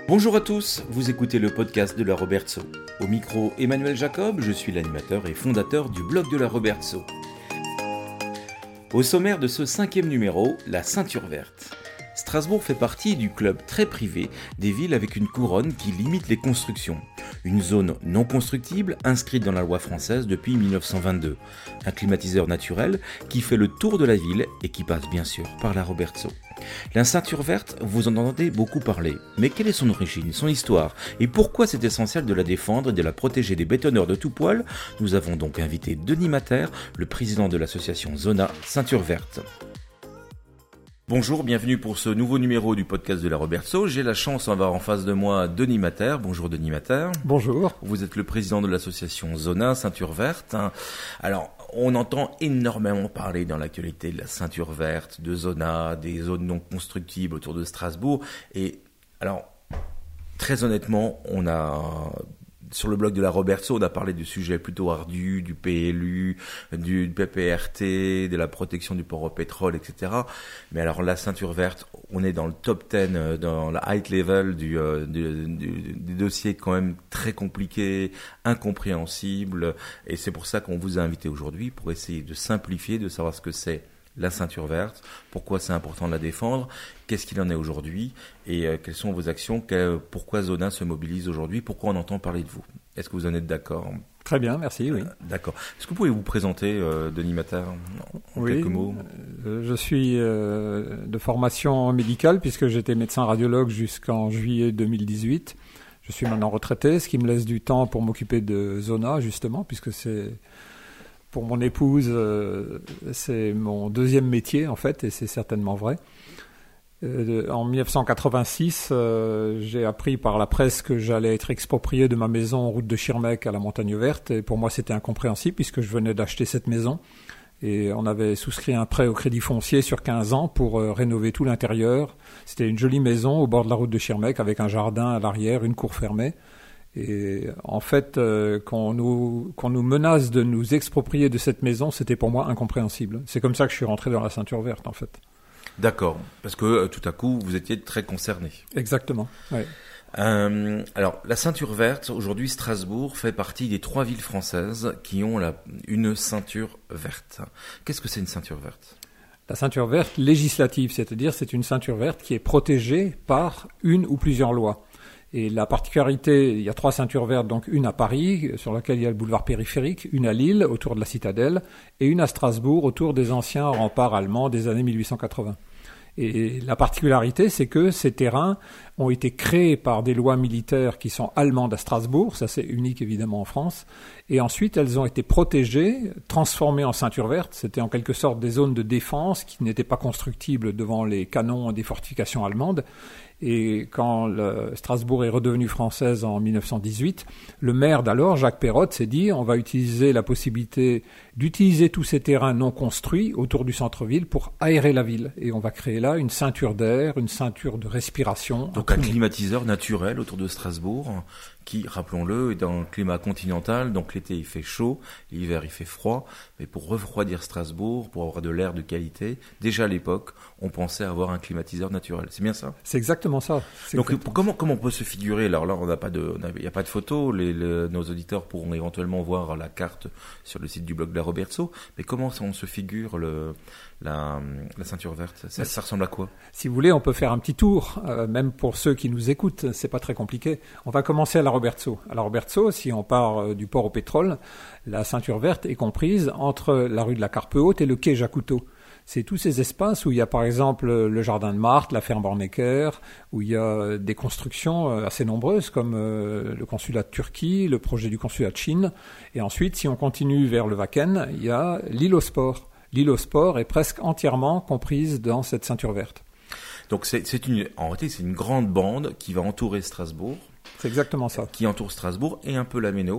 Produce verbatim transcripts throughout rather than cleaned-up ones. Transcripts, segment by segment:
Bonjour à tous, vous écoutez le podcast de la Robertso. Au micro, Emmanuel Jacob, je suis l'animateur et fondateur du blog de la Robertso. Au sommaire de ce cinquième numéro, la ceinture verte. Strasbourg fait partie du club très privé des villes avec une couronne qui limite les constructions. Une zone non constructible inscrite dans la loi française depuis dix-neuf cent vingt-deux. Un climatiseur naturel qui fait le tour de la ville et qui passe bien sûr par la Robertso. La ceinture verte, vous en entendez beaucoup parler. Mais quelle est son origine, son histoire et pourquoi c'est essentiel de la défendre et de la protéger des bétonneurs de tout poil? Nous avons donc invité Denis Mater, le président de l'association Zona Ceinture Verte. Bonjour, bienvenue pour ce nouveau numéro du podcast de la Robertso. J'ai la chance d'avoir en face de moi Denis Mater. Bonjour Denis Mater. Bonjour. Vous êtes le président de l'association Zona Ceinture Verte. Alors, on entend énormément parler dans l'actualité de la ceinture verte, de Zona, des zones non constructibles autour de Strasbourg. Et alors, très honnêtement, on a... Sur le blog de la Robertso, on a parlé du sujet plutôt ardu, du P L U, du P P R T, de la protection du port au pétrole, et cetera. Mais alors la ceinture verte, on est dans le top dix, dans la high level du, euh, du, du, du dossier quand même très compliqué, incompréhensible. Et c'est pour ça qu'on vous a invité aujourd'hui pour essayer de simplifier, de savoir ce que c'est la ceinture verte, pourquoi c'est important de la défendre, qu'est-ce qu'il en est aujourd'hui et euh, quelles sont vos actions, que, pourquoi Zona se mobilise aujourd'hui, pourquoi on entend parler de vous. Est-ce que vous en êtes d'accord? Très bien, merci, oui. Euh, d'accord. Est-ce que vous pouvez vous présenter, euh, Denis Mater, en oui, quelques mots? euh, Je suis euh, de formation médicale puisque j'étais médecin radiologue jusqu'en juillet deux mille dix-huit. Je suis maintenant retraité, ce qui me laisse du temps pour m'occuper de Zona, justement, puisque c'est... Pour mon épouse, euh, c'est mon deuxième métier, en fait, et c'est certainement vrai. Euh, en dix-neuf cent quatre-vingt-six, euh, j'ai appris par la presse que j'allais être exproprié de ma maison route de Schirmeck à la Montagne Verte, et pour moi, c'était incompréhensible, puisque je venais d'acheter cette maison, et on avait souscrit un prêt au crédit foncier sur quinze ans pour euh, rénover tout l'intérieur. C'était une jolie maison au bord de la route de Schirmeck, avec un jardin à l'arrière, une cour fermée. Et en fait, euh, qu'on nous, qu'on nous menace de nous exproprier de cette maison, c'était pour moi incompréhensible. C'est comme ça que je suis rentré dans la ceinture verte, en fait. D'accord, parce que euh, tout à coup, vous étiez très concerné. Exactement, oui. Euh, alors, la ceinture verte, aujourd'hui, Strasbourg fait partie des trois villes françaises qui ont la, une ceinture verte. Qu'est-ce que c'est une ceinture verte? La ceinture verte législative, c'est-à-dire c'est une ceinture verte qui est protégée par une ou plusieurs lois. Et la particularité, il y a trois ceintures vertes, donc une à Paris, sur laquelle il y a le boulevard périphérique, une à Lille, autour de la Citadelle, et une à Strasbourg, autour des anciens remparts allemands des années mille huit cent quatre-vingts. Et la particularité, c'est que ces terrains ont été créés par des lois militaires qui sont allemandes à Strasbourg, ça c'est unique évidemment en France, et ensuite elles ont été protégées, transformées en ceinture verte, c'était en quelque sorte des zones de défense qui n'étaient pas constructibles devant les canons des fortifications allemandes. Et quand le Strasbourg est redevenue française en dix-neuf cent dix-huit, le maire d'alors, Jacques Perrotte, s'est dit on va utiliser la possibilité d'utiliser tous ces terrains non construits autour du centre-ville pour aérer la ville. Et on va créer là une ceinture d'air, une ceinture de respiration. Donc un climatiseur naturel autour de Strasbourg qui, rappelons-le, est dans le climat continental, donc l'été il fait chaud, l'hiver il fait froid, mais pour refroidir Strasbourg, pour avoir de l'air de qualité, déjà à l'époque, on pensait avoir un climatiseur naturel. C'est bien ça? C'est exactement ça. C'est donc exactement. comment comment on peut se figurer? Alors là, on n'a pas de, il n'y a pas de photo. Les, les, nos auditeurs pourront éventuellement voir la carte sur le site du blog de la Robertso. Mais comment on se figure le la, la ceinture verte? Ça, ça ressemble à quoi? Si vous voulez, on peut faire un petit tour, euh, même pour ceux qui nous écoutent. C'est pas très compliqué. On va commencer à la Robertso. À la Robertso, si on part euh, du port au pétrole, la ceinture verte est comprise entre la rue de la Carpe Haute et le quai Jacques-Cousteau. C'est tous ces espaces où il y a par exemple le jardin de Marthe, la ferme Bornecker, où il y a des constructions assez nombreuses comme le consulat de Turquie, le projet du consulat de Chine. Et ensuite, si on continue vers le Wacken, il y a l'île aux Sports. L'île aux Sports est presque entièrement comprise dans cette ceinture verte. Donc c'est, c'est une, en réalité, c'est une grande bande qui va entourer Strasbourg. C'est exactement ça. Qui entoure Strasbourg et un peu la Méno.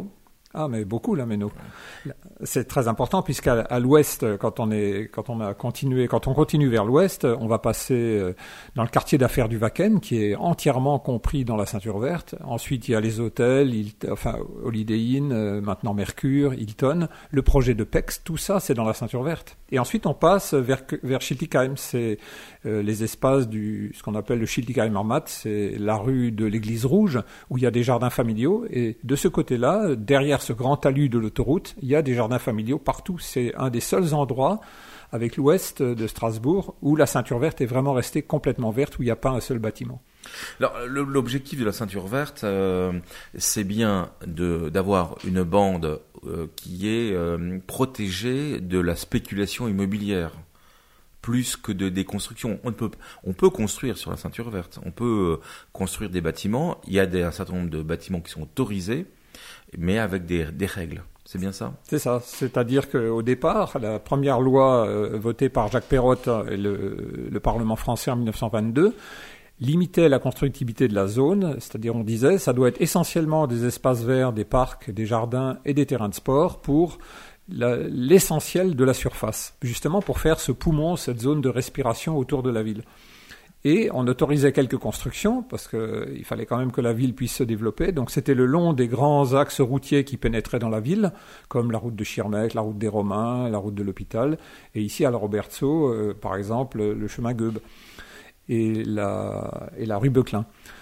Ah, mais beaucoup, là, Méno. C'est très important puisqu'à à l'ouest, quand on est, quand on a continué, quand on continue vers l'ouest, on va passer dans le quartier d'affaires du Wacken, qui est entièrement compris dans la ceinture verte. Ensuite, il y a les hôtels, il, enfin, Holiday Inn, maintenant Mercure, Hilton, le projet de Pex, tout ça, c'est dans la ceinture verte. Et ensuite, on passe vers, vers Schiltigheim, c'est euh, les espaces du, ce qu'on appelle le Schiltigheimer Matt, c'est la rue de l'Église Rouge, où il y a des jardins familiaux. Et de ce côté-là, derrière ce grand talus de l'autoroute, il y a des jardins familiaux partout. C'est un des seuls endroits avec l'ouest de Strasbourg où la ceinture verte est vraiment restée complètement verte, où il n'y a pas un seul bâtiment. Alors, l'objectif de la ceinture verte, euh, c'est bien de, d'avoir une bande euh, qui est euh, protégée de la spéculation immobilière, plus que de des constructions. On peut, on peut construire sur la ceinture verte, on peut euh, construire des bâtiments. Il y a des, un certain nombre de bâtiments qui sont autorisés, mais avec des, des règles. C'est bien ça ? C'est ça. C'est-à-dire qu'au départ, la première loi euh, votée par Jacques Perrotte et le, le Parlement français en dix-neuf cent vingt-deux limitait la constructibilité de la zone, c'est-à-dire on disait ça doit être essentiellement des espaces verts, des parcs, des jardins et des terrains de sport pour la, l'essentiel de la surface, justement pour faire ce poumon, cette zone de respiration autour de la ville. Et on autorisait quelques constructions, parce qu'il fallait quand même que la ville puisse se développer. Donc c'était le long des grands axes routiers qui pénétraient dans la ville, comme la route de Schirmeck, la route des Romains, la route de l'Hôpital. Et ici, à la Robertso, euh, par exemple, le chemin Goeb et la, et la rue Beuclin.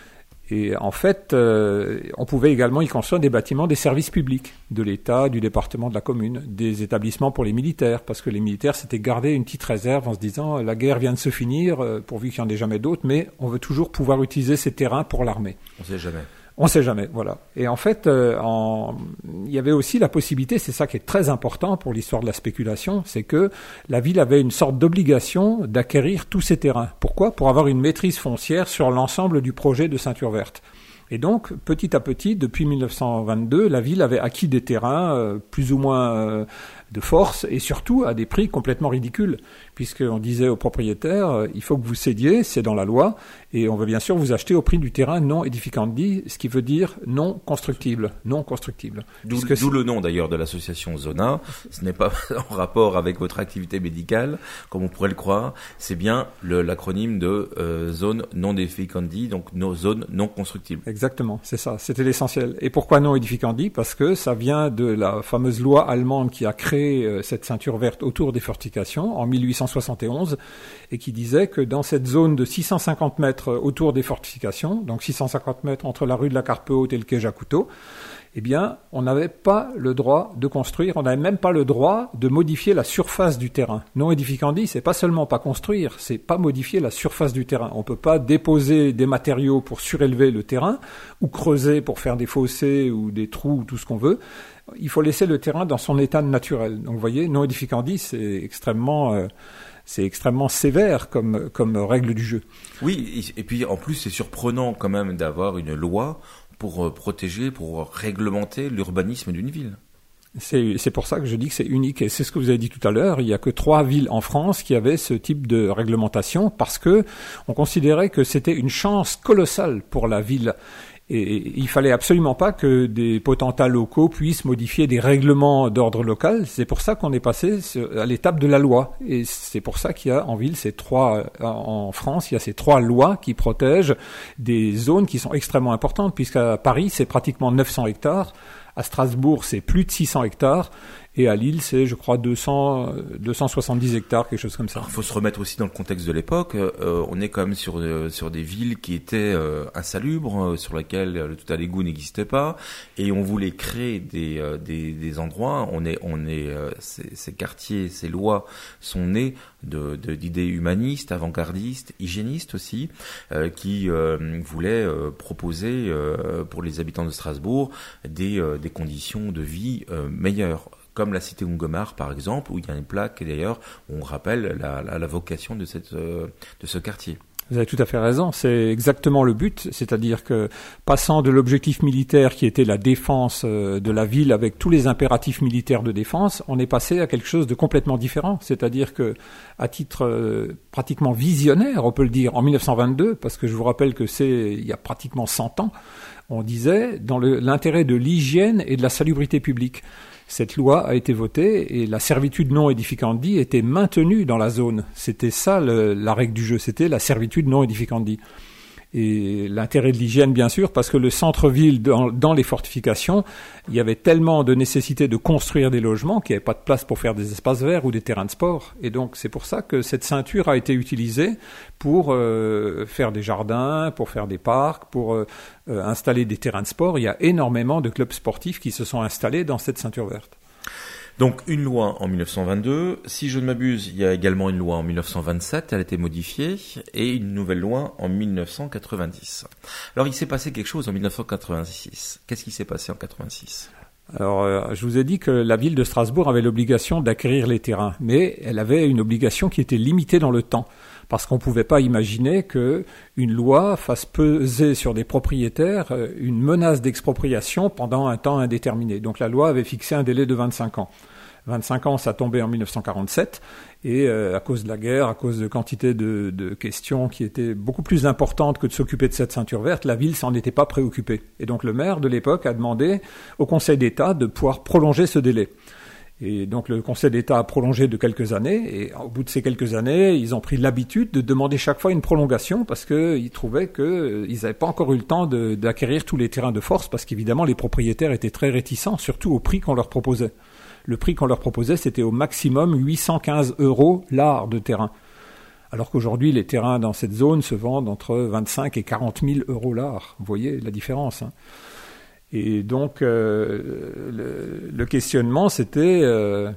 Et en fait, euh, on pouvait également y construire des bâtiments des services publics, de l'État, du département, de la commune, des établissements pour les militaires, parce que les militaires s'étaient gardés une petite réserve en se disant la guerre vient de se finir, euh, pourvu qu'il n'y en ait jamais d'autres, mais on veut toujours pouvoir utiliser ces terrains pour l'armée. On ne sait jamais. On ne sait jamais, voilà. Et en fait, euh, en... il y avait aussi la possibilité, c'est ça qui est très important pour l'histoire de la spéculation, c'est que la ville avait une sorte d'obligation d'acquérir tous ces terrains. Pourquoi ? Pour avoir une maîtrise foncière sur l'ensemble du projet de ceinture verte. Et donc, petit à petit, depuis dix-neuf cent vingt-deux, la ville avait acquis des terrains euh, plus ou moins euh, de force et surtout à des prix complètement ridicules, puisqu'on disait aux propriétaires euh, il faut que vous cédiez, c'est dans la loi, et on veut bien sûr vous acheter au prix du terrain non edificandi, ce qui veut dire non constructible, non constructible. D'où, d'où le nom d'ailleurs de l'association Zona. Ce n'est pas en rapport avec votre activité médicale, comme on pourrait le croire. C'est bien le, l'acronyme de euh, zone non edificandi, donc nos zones non constructibles. Exactement, c'est ça, c'était l'essentiel. Et pourquoi non edificandi ? Parce que ça vient de la fameuse loi allemande qui a créé euh, cette ceinture verte autour des fortifications en mille huit cent soixante et onze et qui disait que dans cette zone de six cent cinquante mètres autour des fortifications, donc six cent cinquante mètres entre la rue de la Carpe Haute et le quai Jacoutot, eh bien, on n'avait pas le droit de construire, on n'avait même pas le droit de modifier la surface du terrain. Non edificandi, c'est pas seulement pas construire, c'est pas modifier la surface du terrain. On peut pas déposer des matériaux pour surélever le terrain, ou creuser pour faire des fossés ou des trous ou tout ce qu'on veut. Il faut laisser le terrain dans son état naturel. Donc, vous voyez, non edificandi, c'est extrêmement... Euh, c'est extrêmement sévère comme, comme règle du jeu. Oui, et puis en plus, c'est surprenant quand même d'avoir une loi pour protéger, pour réglementer l'urbanisme d'une ville. C'est, c'est pour ça que je dis que c'est unique. Et c'est ce que vous avez dit tout à l'heure. Il n'y a que trois villes en France qui avaient ce type de réglementation parce que on considérait que c'était une chance colossale pour la ville. Et il fallait absolument pas que des potentats locaux puissent modifier des règlements d'ordre local. C'est pour ça qu'on est passé à l'étape de la loi. Et c'est pour ça qu'il y a en ville ces trois, en France, il y a ces trois lois qui protègent des zones qui sont extrêmement importantes, puisqu'à Paris, c'est pratiquement neuf cents hectares. À Strasbourg, c'est plus de six cents hectares. Et à Lille, c'est, je crois, deux cents, deux cent soixante-dix hectares, quelque chose comme ça. Il faut se remettre aussi dans le contexte de l'époque. Euh, on est quand même sur euh, sur des villes qui étaient euh, insalubres, euh, sur lesquelles le tout à l'égout n'existait pas, et on voulait créer des euh, des, des endroits. On est on est euh, ces, ces quartiers, ces lois sont nées de, de d'idées humanistes, avant-gardistes, hygiénistes aussi, euh, qui euh, voulaient euh, proposer euh, pour les habitants de Strasbourg des euh, des conditions de vie euh, meilleures. Comme la cité Ungomar, par exemple, où il y a une plaque, et d'ailleurs, où on rappelle la, la, la vocation de, cette, euh, de ce quartier. Vous avez tout à fait raison, c'est exactement le but, c'est-à-dire que passant de l'objectif militaire qui était la défense de la ville avec tous les impératifs militaires de défense, on est passé à quelque chose de complètement différent, c'est-à-dire que à titre euh, pratiquement visionnaire, on peut le dire, en mille neuf cent vingt-deux, parce que je vous rappelle que c'est il y a pratiquement cent ans, on disait dans le, l'intérêt de l'hygiène et de la salubrité publique. Cette loi a été votée et la servitude non édificandi était maintenue dans la zone. C'était ça le, la règle du jeu, c'était la servitude non édificandi. Et l'intérêt de l'hygiène, bien sûr, parce que le centre-ville, dans, dans les fortifications, il y avait tellement de nécessité de construire des logements qu'il n'y avait pas de place pour faire des espaces verts ou des terrains de sport. Et donc, c'est pour ça que cette ceinture a été utilisée pour euh, faire des jardins, pour faire des parcs, pour euh, euh, installer des terrains de sport. Il y a énormément de clubs sportifs qui se sont installés dans cette ceinture verte. Donc une loi en mille neuf cent vingt-deux, si je ne m'abuse, il y a également une loi en mille neuf cent vingt-sept, elle a été modifiée, et une nouvelle loi en mille neuf cent quatre-vingt-dix. Alors il s'est passé quelque chose en mille neuf cent quatre-vingt-six. Qu'est-ce qui s'est passé en quatre-vingt-six ? Alors, euh, je vous ai dit que la ville de Strasbourg avait l'obligation d'acquérir les terrains, mais elle avait une obligation qui était limitée dans le temps, parce qu'on ne pouvait pas imaginer que une loi fasse peser sur des propriétaires une menace d'expropriation pendant un temps indéterminé. Donc la loi avait fixé un délai de vingt-cinq ans. vingt-cinq ans, ça tombait en mille neuf cent quarante-sept, et euh, à cause de la guerre, à cause de quantité de, de questions qui étaient beaucoup plus importantes que de s'occuper de cette ceinture verte, la ville s'en était pas préoccupée. Et donc le maire de l'époque a demandé au Conseil d'État de pouvoir prolonger ce délai. Et donc le Conseil d'État a prolongé de quelques années, et au bout de ces quelques années, ils ont pris l'habitude de demander chaque fois une prolongation parce qu'ils trouvaient qu'ils n'avaient pas encore eu le temps de, d'acquérir tous les terrains de force, parce qu'évidemment les propriétaires étaient très réticents, surtout au prix qu'on leur proposait. Le prix qu'on leur proposait, c'était au maximum huit cent quinze euros l'art de terrain. Alors qu'aujourd'hui, les terrains dans cette zone se vendent entre vingt-cinq et quarante mille euros l'art. Vous voyez la différence, hein. Et donc, euh, le, le questionnement, c'était... Euh,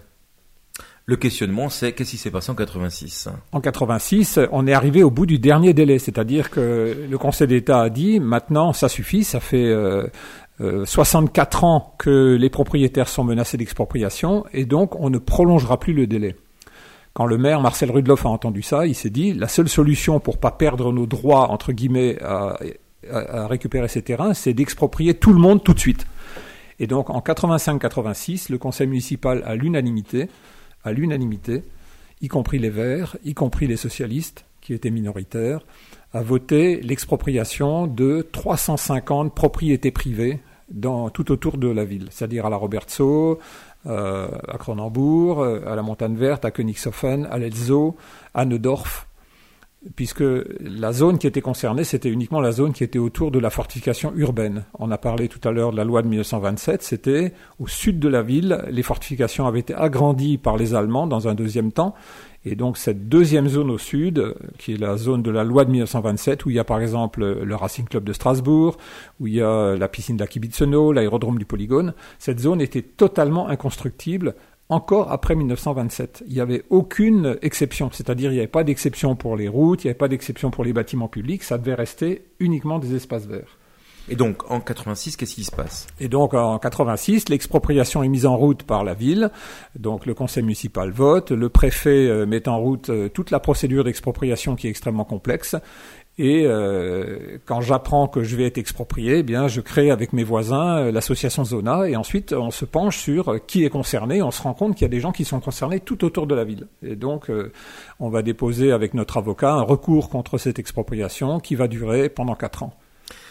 le questionnement, c'est qu'est-ce qui s'est passé en quatre-vingt-six ? En quatre-vingt-six, on est arrivé au bout du dernier délai, c'est-à-dire que le Conseil d'État a dit, maintenant, ça suffit, ça fait euh, euh, soixante-quatre ans que les propriétaires sont menacés d'expropriation, et donc on ne prolongera plus le délai. Quand le maire Marcel Rudloff a entendu ça, il s'est dit, la seule solution pour pas perdre nos droits, entre guillemets, à... à récupérer ces terrains, c'est d'exproprier tout le monde tout de suite. Et donc en quatre-vingt-cinq quatre-vingt-six, le conseil municipal à l'unanimité, à l'unanimité, y compris les Verts, y compris les socialistes, qui étaient minoritaires, a voté l'expropriation de trois cent cinquante propriétés privées dans, tout autour de la ville, c'est-à-dire à la Robertsau, euh, à Cronenbourg, à la Montagne Verte, à Königshofen, à l'Elzo, à Neudorf, puisque la zone qui était concernée, c'était uniquement la zone qui était autour de la fortification urbaine. On a parlé tout à l'heure de la loi de mille neuf cent vingt-sept, c'était au sud de la ville, les fortifications avaient été agrandies par les Allemands dans un deuxième temps, et donc cette deuxième zone au sud, qui est la zone de la loi de mille neuf cent vingt-sept, où il y a par exemple le Racing Club de Strasbourg, où il y a la piscine de la Kibitzenau, l'aérodrome du Polygone, cette zone était totalement inconstructible, encore après mille neuf cent vingt-sept. Il n'y avait aucune exception, c'est-à-dire il n'y avait pas d'exception pour les routes, il n'y avait pas d'exception pour les bâtiments publics, ça devait rester uniquement des espaces verts. Et donc, en quatre-vingt-six, qu'est-ce qui se passe ? Et donc, en quatre-vingt-six, l'expropriation est mise en route par la ville. Donc, le conseil municipal vote, le préfet euh, met en route euh, toute la procédure d'expropriation qui est extrêmement complexe. Et euh, quand j'apprends que je vais être exproprié, eh bien, je crée avec mes voisins euh, l'association Zona. Et ensuite, on se penche sur euh, qui est concerné. On se rend compte qu'il y a des gens qui sont concernés tout autour de la ville. Et donc, euh, on va déposer avec notre avocat un recours contre cette expropriation qui va durer pendant quatre ans.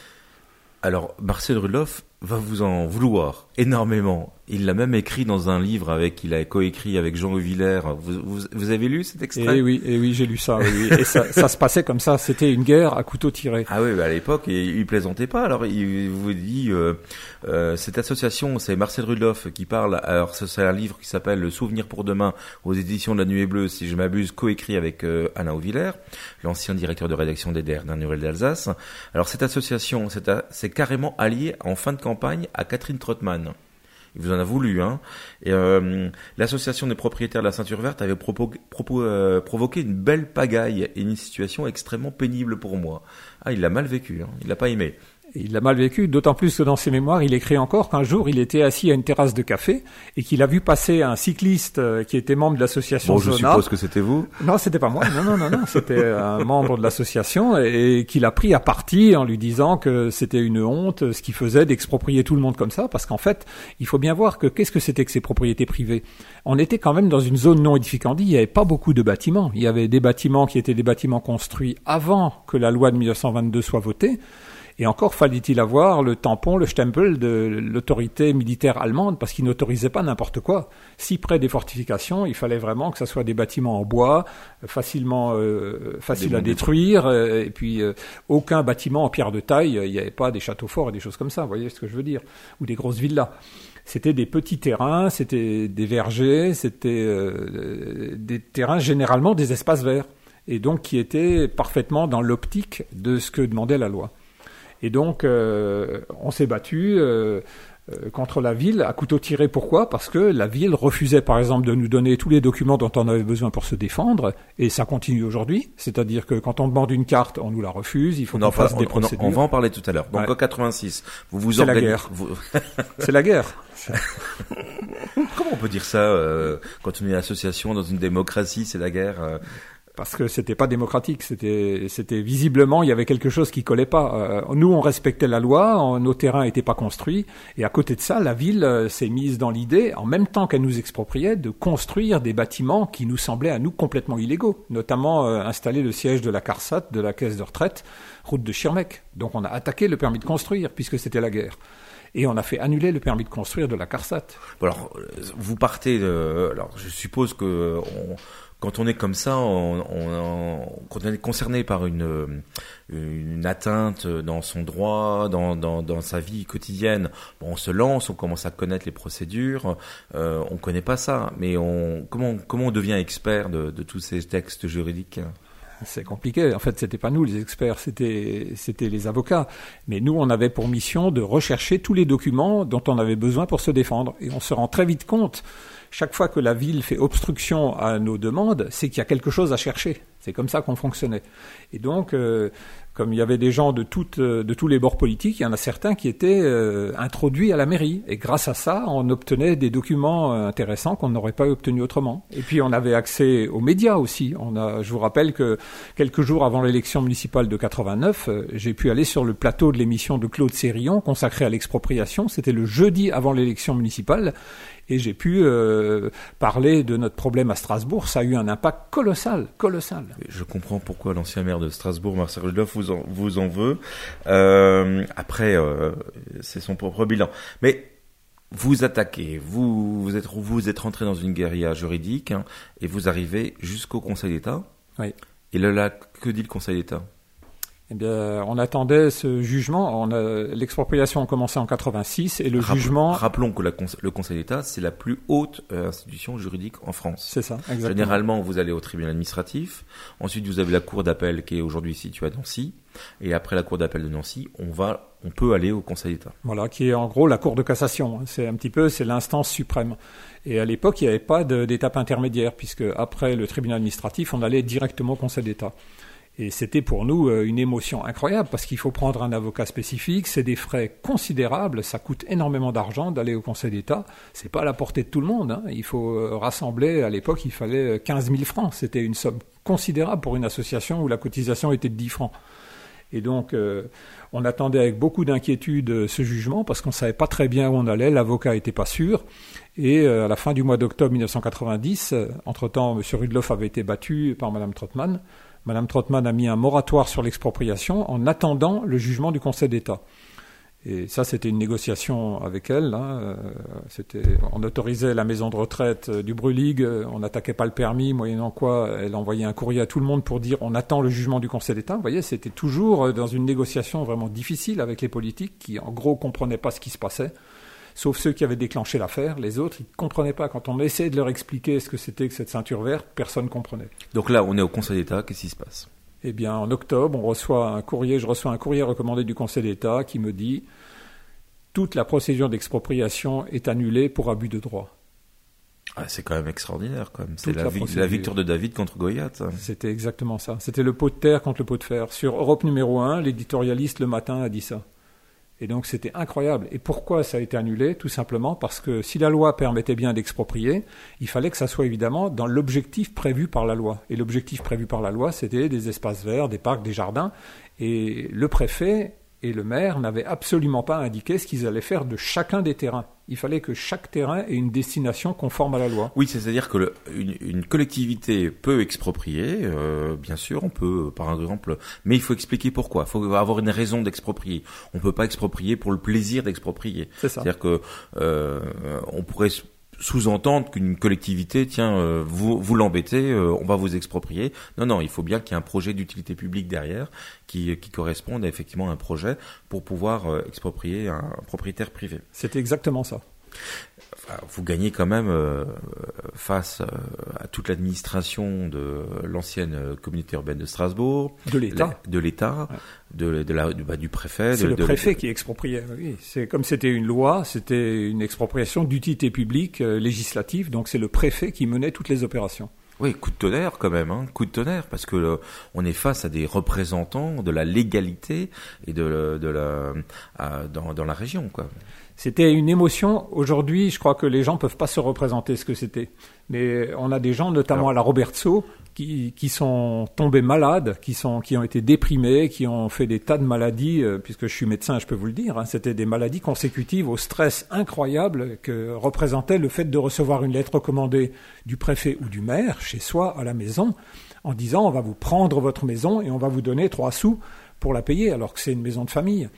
Alors, Marcel Rudloff va vous en vouloir énormément. Il l'a même écrit dans un livre avec, qu'il a coécrit avec Jean Villers. Vous, vous, vous avez lu cet extrait ? Eh oui, eh oui, j'ai lu ça. Oui. Et ça, ça se passait comme ça. C'était une guerre à couteau tiré. Ah oui, bah à l'époque, il, il plaisantait pas. Alors, il vous dit, euh, euh, cette association, c'est Marcel Rudloff qui parle. Alors, c'est un livre qui s'appelle Le Souvenir pour demain aux éditions de la Nuée Bleue, si je m'abuse, coécrit avec euh, Alain Auvillers, l'ancien directeur de rédaction des D R, dernière nouvelle d'Alsace. Alors, cette association, c'est, à, c'est carrément allié en fin de campagne à Catherine Trottmann. Il vous en a voulu, hein. Et euh, l'association des propriétaires de la ceinture verte avait propo, propo, euh, provoqué une belle pagaille et une situation extrêmement pénible pour moi. Ah, il l'a mal vécu, hein. Il l'a pas aimé. Il l'a mal vécu, d'autant plus que dans ses mémoires, il écrit encore qu'un jour, il était assis à une terrasse de café et qu'il a vu passer un cycliste qui était membre de l'association Bon, Zona. je suppose que c'était vous. Non, c'était pas moi. Non, non, non, non. C'était un membre de l'association et, et qu'il a pris à partie en lui disant que c'était une honte ce qu'il faisait d'exproprier tout le monde comme ça, parce qu'en fait, il faut bien voir que qu'est-ce que c'était que ces propriétés privées. On était quand même dans une zone non édificandie. Il n'y avait pas beaucoup de bâtiments. Il y avait des bâtiments qui étaient des bâtiments construits avant que la loi de mille neuf cent vingt-deux soit votée. Et encore fallait-il avoir le tampon, le stempel de l'autorité militaire allemande, parce qu'ils n'autorisaient pas n'importe quoi. Si près des fortifications, il fallait vraiment que ça soit des bâtiments en bois, facilement euh, faciles à détruire, euh, et puis euh, aucun bâtiment en pierre de taille. Il n'y avait pas des châteaux forts et des choses comme ça, vous voyez ce que je veux dire, ou des grosses villas. C'était des petits terrains, c'était des vergers, c'était euh, des terrains généralement des espaces verts, et donc qui étaient parfaitement dans l'optique de ce que demandait la loi. Et donc, euh, on s'est battu euh, euh, contre la ville à couteau tiré. Pourquoi ? Parce que la ville refusait, par exemple, de nous donner tous les documents dont on avait besoin pour se défendre. Et ça continue aujourd'hui. C'est-à-dire que quand on demande une carte, on nous la refuse. Il faut qu'on fasse des procédures. On va en parler tout à l'heure. Donc, ouais. En quatre-vingt-six, vous vous C'est organisez... la guerre. Vous... C'est la guerre. Comment on peut dire ça euh, quand on est une association dans une démocratie, c'est la guerre euh... Parce que c'était pas démocratique, c'était, c'était visiblement, il y avait quelque chose qui collait pas. Euh, nous, on respectait la loi, nos terrains étaient pas construits, et à côté de ça, la ville euh, s'est mise dans l'idée, en même temps qu'elle nous expropriait, de construire des bâtiments qui nous semblaient à nous complètement illégaux, notamment euh, installer le siège de la CARSAT, de la caisse de retraite, route de Schirmeck. Donc on a attaqué le permis de construire, puisque c'était la guerre. Et on a fait annuler le permis de construire de la CARSAT. Bon, alors, vous partez de... Alors, je suppose que... On... Quand on est comme ça, on, on, on, quand on est concerné par une, une atteinte dans son droit, dans, dans, dans sa vie quotidienne, bon, on se lance, on commence à connaître les procédures, euh, on connaît pas ça, mais on, comment, comment on devient expert de, de tous ces textes juridiques ? C'est compliqué. En fait, c'était pas nous les experts, c'était c'était les avocats. Mais nous, on avait pour mission de rechercher tous les documents dont on avait besoin pour se défendre. Et on se rend très vite compte, chaque fois que la ville fait obstruction à nos demandes, c'est qu'il y a quelque chose à chercher. C'est comme ça qu'on fonctionnait. Et donc, euh, comme il y avait des gens de, toutes, de tous les bords politiques, il y en a certains qui étaient euh, introduits à la mairie. Et grâce à ça, on obtenait des documents intéressants qu'on n'aurait pas obtenus autrement. Et puis, on avait accès aux médias aussi. On a, je vous rappelle que quelques jours avant l'élection municipale de quatre-vingt-neuf, euh, j'ai pu aller sur le plateau de l'émission de Claude Sérillon consacrée à l'expropriation. C'était le jeudi avant l'élection municipale. Et j'ai pu euh, parler de notre problème à Strasbourg. Ça a eu un impact colossal, colossal. Je comprends pourquoi l'ancien maire de Strasbourg, Marcel Rudolph, vous en, vous en veut. Euh, après, euh, c'est son propre bilan. Mais vous attaquez, vous, vous êtes vous êtes rentré dans une guérilla juridique, hein, et vous arrivez jusqu'au Conseil d'État. Oui. Et là, là, que dit le Conseil d'État ? Eh bien, on attendait ce jugement. On a, l'expropriation a commencé en quatre-vingt-six et le Rappel, jugement... Rappelons que la, le Conseil d'État, c'est la plus haute euh, institution juridique en France. C'est ça, exactement. Généralement, vous allez au tribunal administratif. Ensuite, vous avez la cour d'appel qui est aujourd'hui située à Nancy. Et après la cour d'appel de Nancy, on va, on peut aller au Conseil d'État. Voilà, qui est en gros la cour de cassation. C'est un petit peu, c'est l'instance suprême. Et à l'époque, il n'y avait pas de, d'étape intermédiaire, puisque après le tribunal administratif, on allait directement au Conseil d'État. Et c'était pour nous une émotion incroyable parce qu'il faut prendre un avocat spécifique, c'est des frais considérables, ça coûte énormément d'argent d'aller au Conseil d'État. C'est pas à la portée de tout le monde, hein. Il faut rassembler, à l'époque, il fallait quinze mille francs. C'était une somme considérable pour une association où la cotisation était de dix francs. Et donc, euh, on attendait avec beaucoup d'inquiétude ce jugement parce qu'on savait pas très bien où on allait, l'avocat était pas sûr. Et euh, à la fin du mois d'octobre mille neuf cent quatre-vingt-dix, euh, entre-temps, M. Rudloff avait été battu par Mme Trottmann. Mme Trottmann a mis un moratoire sur l'expropriation en attendant le jugement du Conseil d'État. Et ça, c'était une négociation avec elle. Hein. C'était, on autorisait la maison de retraite du Brulig, on n'attaquait pas le permis, moyennant quoi elle envoyait un courrier à tout le monde pour dire on attend le jugement du Conseil d'État. Vous voyez, c'était toujours dans une négociation vraiment difficile avec les politiques qui, en gros, comprenaient pas ce qui se passait. Sauf ceux qui avaient déclenché l'affaire, les autres, ils ne comprenaient pas. Quand on essayait de leur expliquer ce que c'était que cette ceinture verte, personne ne comprenait. Donc là, on est au Conseil d'État, qu'est-ce qui se passe ? Eh bien, en octobre, on reçoit un courrier, je reçois un courrier recommandé du Conseil d'État qui me dit « Toute la procédure d'expropriation est annulée pour abus de droit ». Ah, c'est quand même extraordinaire, quand même. C'est la, la, vi- la victoire de David contre Goliath. C'était exactement ça. C'était le pot de terre contre le pot de fer. Sur Europe numéro un, l'éditorialiste le matin a dit ça. Et donc c'était incroyable. Et pourquoi ça a été annulé? Tout simplement parce que si la loi permettait bien d'exproprier, il fallait que ça soit évidemment dans l'objectif prévu par la loi. Et l'objectif prévu par la loi, c'était des espaces verts, des parcs, des jardins. Et le préfet et le maire n'avaient absolument pas indiqué ce qu'ils allaient faire de chacun des terrains. Il fallait que chaque terrain ait une destination conforme à la loi. Oui, c'est-à-dire que le, une, une collectivité peut exproprier, euh, bien sûr, on peut, par exemple, mais il faut expliquer pourquoi. Il faut avoir une raison d'exproprier. On peut pas exproprier pour le plaisir d'exproprier. C'est ça. C'est-à-dire que euh, on pourrait sous-entendre qu'une collectivité, tiens, euh, vous vous l'embêtez, euh, on va vous exproprier. Non, non, il faut bien qu'il y ait un projet d'utilité publique derrière qui, qui corresponde à effectivement un projet pour pouvoir euh, exproprier un, un propriétaire privé. C'est exactement ça. Enfin, vous gagnez quand même euh, face euh, à toute l'administration de l'ancienne communauté urbaine de Strasbourg, de l'État, de l'État, ouais. de, de la, de, bah, du préfet. C'est de, le de, préfet de... qui expropriait. Oui, c'est comme c'était une loi, c'était une expropriation d'utilité publique euh, législative, donc c'est le préfet qui menait toutes les opérations. Oui, coup de tonnerre quand même, hein, coup de tonnerre, parce que euh, on est face à des représentants de la légalité et de, de la à, dans, dans la région, quoi. C'était une émotion. Aujourd'hui, je crois que les gens peuvent pas se représenter ce que c'était. Mais on a des gens, notamment Alors, à la Robertso, qui, qui sont tombés malades, qui sont, qui ont été déprimés, qui ont fait des tas de maladies, euh, puisque je suis médecin, je peux vous le dire. Hein, c'était des maladies consécutives au stress incroyable que représentait le fait de recevoir une lettre recommandée du préfet ou du maire chez soi à la maison, en disant on va vous prendre votre maison et on va vous donner trois sous pour la payer, alors que c'est une maison de famille.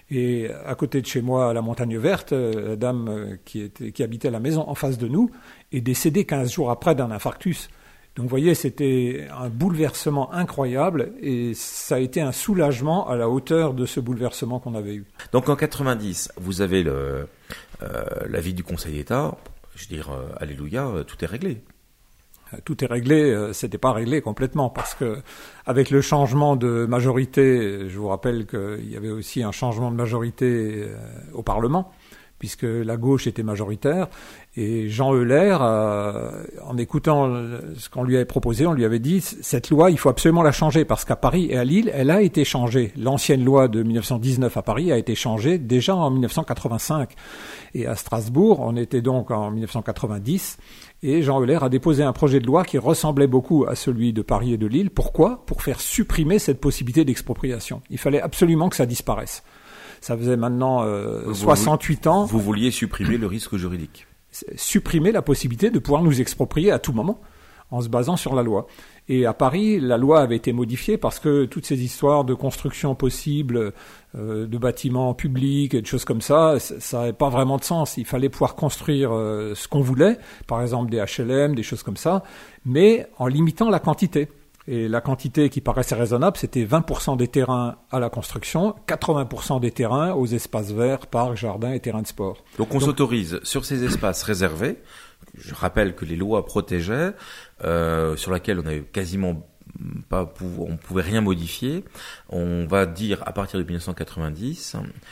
Et à côté de chez moi, à la Montagne Verte, la dame qui, était, qui habitait la maison en face de nous est décédée quinze jours après d'un infarctus. Donc vous voyez, c'était un bouleversement incroyable et ça a été un soulagement à la hauteur de ce bouleversement qu'on avait eu. Donc en quatre-vingt-dix, vous avez le, euh, l'avis du Conseil d'État. Je veux dire, euh, alléluia, tout est réglé. Tout est réglé, c'était pas réglé complètement parce que avec le changement de majorité, je vous rappelle qu'il y avait aussi un changement de majorité au Parlement puisque la gauche était majoritaire et Jean Euler, euh, en écoutant ce qu'on lui avait proposé, on lui avait dit cette loi, il faut absolument la changer parce qu'à Paris et à Lille, elle a été changée. L'ancienne loi de dix-neuf cent dix-neuf à Paris a été changée déjà en dix-neuf cent quatre-vingt-cinq et à Strasbourg, on était donc en dix-neuf cent quatre-vingt-dix. Et Jean Euler a déposé un projet de loi qui ressemblait beaucoup à celui de Paris et de Lille. Pourquoi ? Pour faire supprimer cette possibilité d'expropriation. Il fallait absolument que ça disparaisse. Ça faisait maintenant euh, vous, soixante-huit vous, ans. Vous vouliez supprimer le risque juridique. Supprimer la possibilité de pouvoir nous exproprier à tout moment en se basant sur la loi. Et à Paris, la loi avait été modifiée parce que toutes ces histoires de construction possible, euh, de bâtiments publics et de choses comme ça, ça n'avait pas vraiment de sens. Il fallait pouvoir construire euh, ce qu'on voulait, par exemple des H L M, des choses comme ça, mais en limitant la quantité. Et la quantité qui paraissait raisonnable, c'était vingt pour cent des terrains à la construction, quatre-vingts pour cent des terrains aux espaces verts, parcs, jardins et terrains de sport. Donc on Donc, s'autorise sur ces espaces réservés. Je rappelle que les lois protégeaient, euh, sur laquelle on n'avait quasiment pas, on pouvait rien modifier. On va dire à partir de dix-neuf cent quatre-vingt-dix,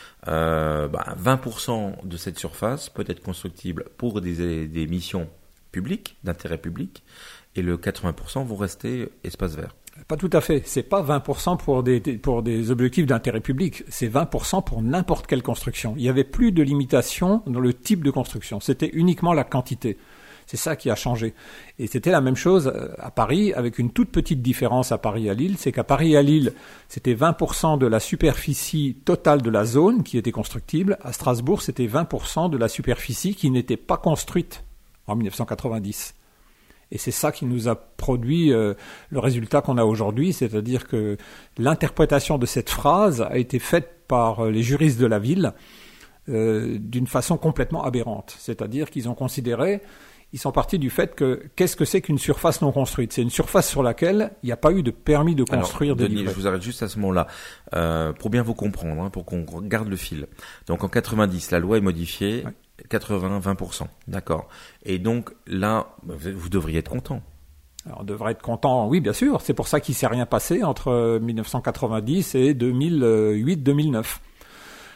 euh, bah, vingt pour cent de cette surface peut être constructible pour des, des missions publiques, d'intérêt public, et le quatre-vingts pour cent vont rester espaces verts. Pas tout à fait. C'est pas vingt pour cent pour des, pour des objectifs d'intérêt public. C'est vingt pour cent pour n'importe quelle construction. Il n'y avait plus de limitation dans le type de construction. C'était uniquement la quantité. C'est ça qui a changé. Et c'était la même chose à Paris, avec une toute petite différence à Paris et à Lille. C'est qu'à Paris et à Lille, c'était vingt pour cent de la superficie totale de la zone qui était constructible. À Strasbourg, c'était vingt pour cent de la superficie qui n'était pas construite en dix-neuf cent quatre-vingt-dix. Et c'est ça qui nous a produit euh, le résultat qu'on a aujourd'hui, c'est-à-dire que l'interprétation de cette phrase a été faite par euh, les juristes de la ville euh, d'une façon complètement aberrante. C'est-à-dire qu'ils ont considéré, ils sont partis du fait que qu'est-ce que c'est qu'une surface non construite ? C'est une surface sur laquelle il n'y a pas eu de permis de construire. Alors, Denis, je vous arrête juste à ce moment-là, euh, pour bien vous comprendre, hein, pour qu'on garde le fil. Donc en quatre-vingt-dix, la loi est modifiée. Oui. quatre-vingts, vingt pour cent, d'accord. Et donc là, vous devriez être content. Alors, on devrait être content, oui, bien sûr. C'est pour ça qu'il ne s'est rien passé entre dix-neuf cent quatre-vingt-dix et deux mille huit deux mille neuf.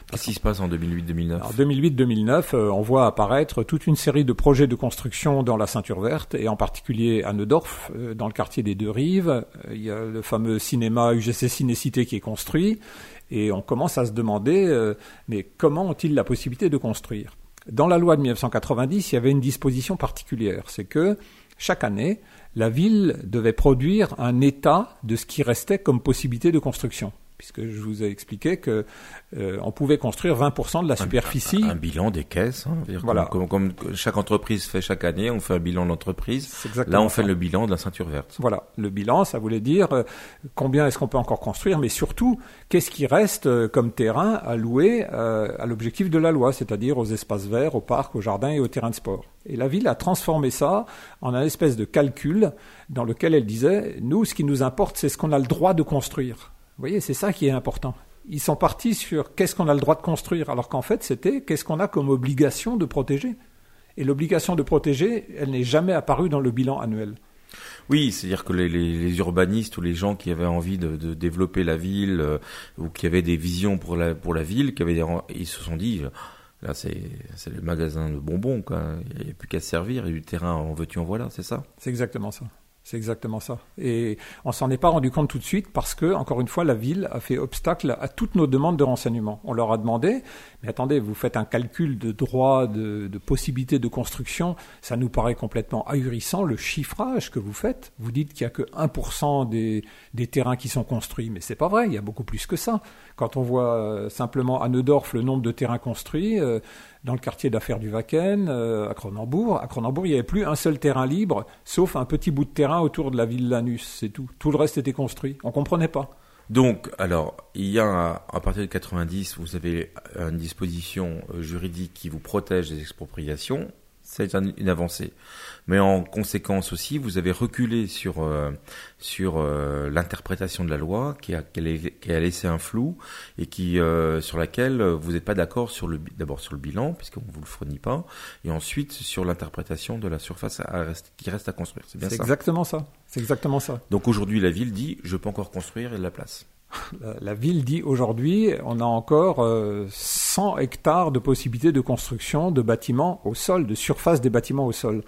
Qu'est-ce qui se passe en deux mille huit deux mille neuf ? En deux mille huit deux mille neuf, euh, on voit apparaître toute une série de projets de construction dans la ceinture verte, et en particulier à Neudorf, euh, dans le quartier des Deux Rives. Euh, il y a le fameux cinéma U G C Cinécité qui est construit, et on commence à se demander, euh, mais comment ont-ils la possibilité de construire ? Dans la loi de mille neuf cent quatre-vingt-dix, il y avait une disposition particulière, c'est que chaque année, la ville devait produire un état de ce qui restait comme possibilité de construction. Puisque je vous ai expliqué que euh, on pouvait construire vingt pour cent de la superficie. Un, un, un bilan des caisses. Hein, voilà. Comme, comme, comme chaque entreprise fait chaque année, on fait un bilan de l'entreprise. Là, on fait ça. le bilan de la ceinture verte. Voilà. Le bilan, ça voulait dire euh, combien est-ce qu'on peut encore construire, mais surtout, qu'est-ce qui reste euh, comme terrain à louer euh, à l'objectif de la loi, c'est-à-dire aux espaces verts, aux parcs, aux jardins et aux terrains de sport. Et la ville a transformé ça en un espèce de calcul dans lequel elle disait, nous, ce qui nous importe, c'est ce qu'on a le droit de construire. Vous voyez, c'est ça qui est important. Ils sont partis sur qu'est-ce qu'on a le droit de construire, alors qu'en fait, c'était qu'est-ce qu'on a comme obligation de protéger. Et l'obligation de protéger, elle n'est jamais apparue dans le bilan annuel. Oui, c'est-à-dire que les, les, les urbanistes ou les gens qui avaient envie de, de développer la ville euh, ou qui avaient des visions pour la, pour la ville, qui avaient des, ils se sont dit, là, c'est, c'est le magasin de bonbons, quoi. Il n'y a plus qu'à se servir, et du terrain en veux-tu en voilà, c'est ça ? C'est exactement ça. C'est exactement ça. Et on s'en est pas rendu compte tout de suite parce que, encore une fois, la ville a fait obstacle à toutes nos demandes de renseignements. On leur a demandé, mais attendez, vous faites un calcul de droit, de, de possibilité de construction, ça nous paraît complètement ahurissant, le chiffrage que vous faites. Vous dites qu'il y a que un pour cent des, des terrains qui sont construits, mais c'est pas vrai, il y a beaucoup plus que ça. Quand on voit euh, simplement à Neudorf le nombre de terrains construits, euh, dans le quartier d'affaires du Wacken, euh, à Cronenbourg. À Cronenbourg, il n'y avait plus un seul terrain libre, sauf un petit bout de terrain autour de la ville Lanus, c'est tout. Tout le reste était construit. On ne comprenait pas. Donc, alors, il y a, à partir de quatre-vingt-dix, vous avez une disposition juridique qui vous protège des expropriations. C'est une avancée. Mais en conséquence aussi, vous avez reculé sur euh, sur euh, l'interprétation de la loi qui a, qui a, qui a laissé un flou et qui euh, sur laquelle vous n'êtes pas d'accord sur le d'abord sur le bilan puisqu'on vous le fournit pas et ensuite sur l'interprétation de la surface à reste, qui reste à construire. C'est bien C'est ça. Exactement ça. C'est exactement ça. Donc aujourd'hui, la ville dit je peux encore construire, il y a de la place. La, la ville dit aujourd'hui, on a encore euh, cent hectares de possibilités de construction de bâtiments au sol, de surface des bâtiments au sol.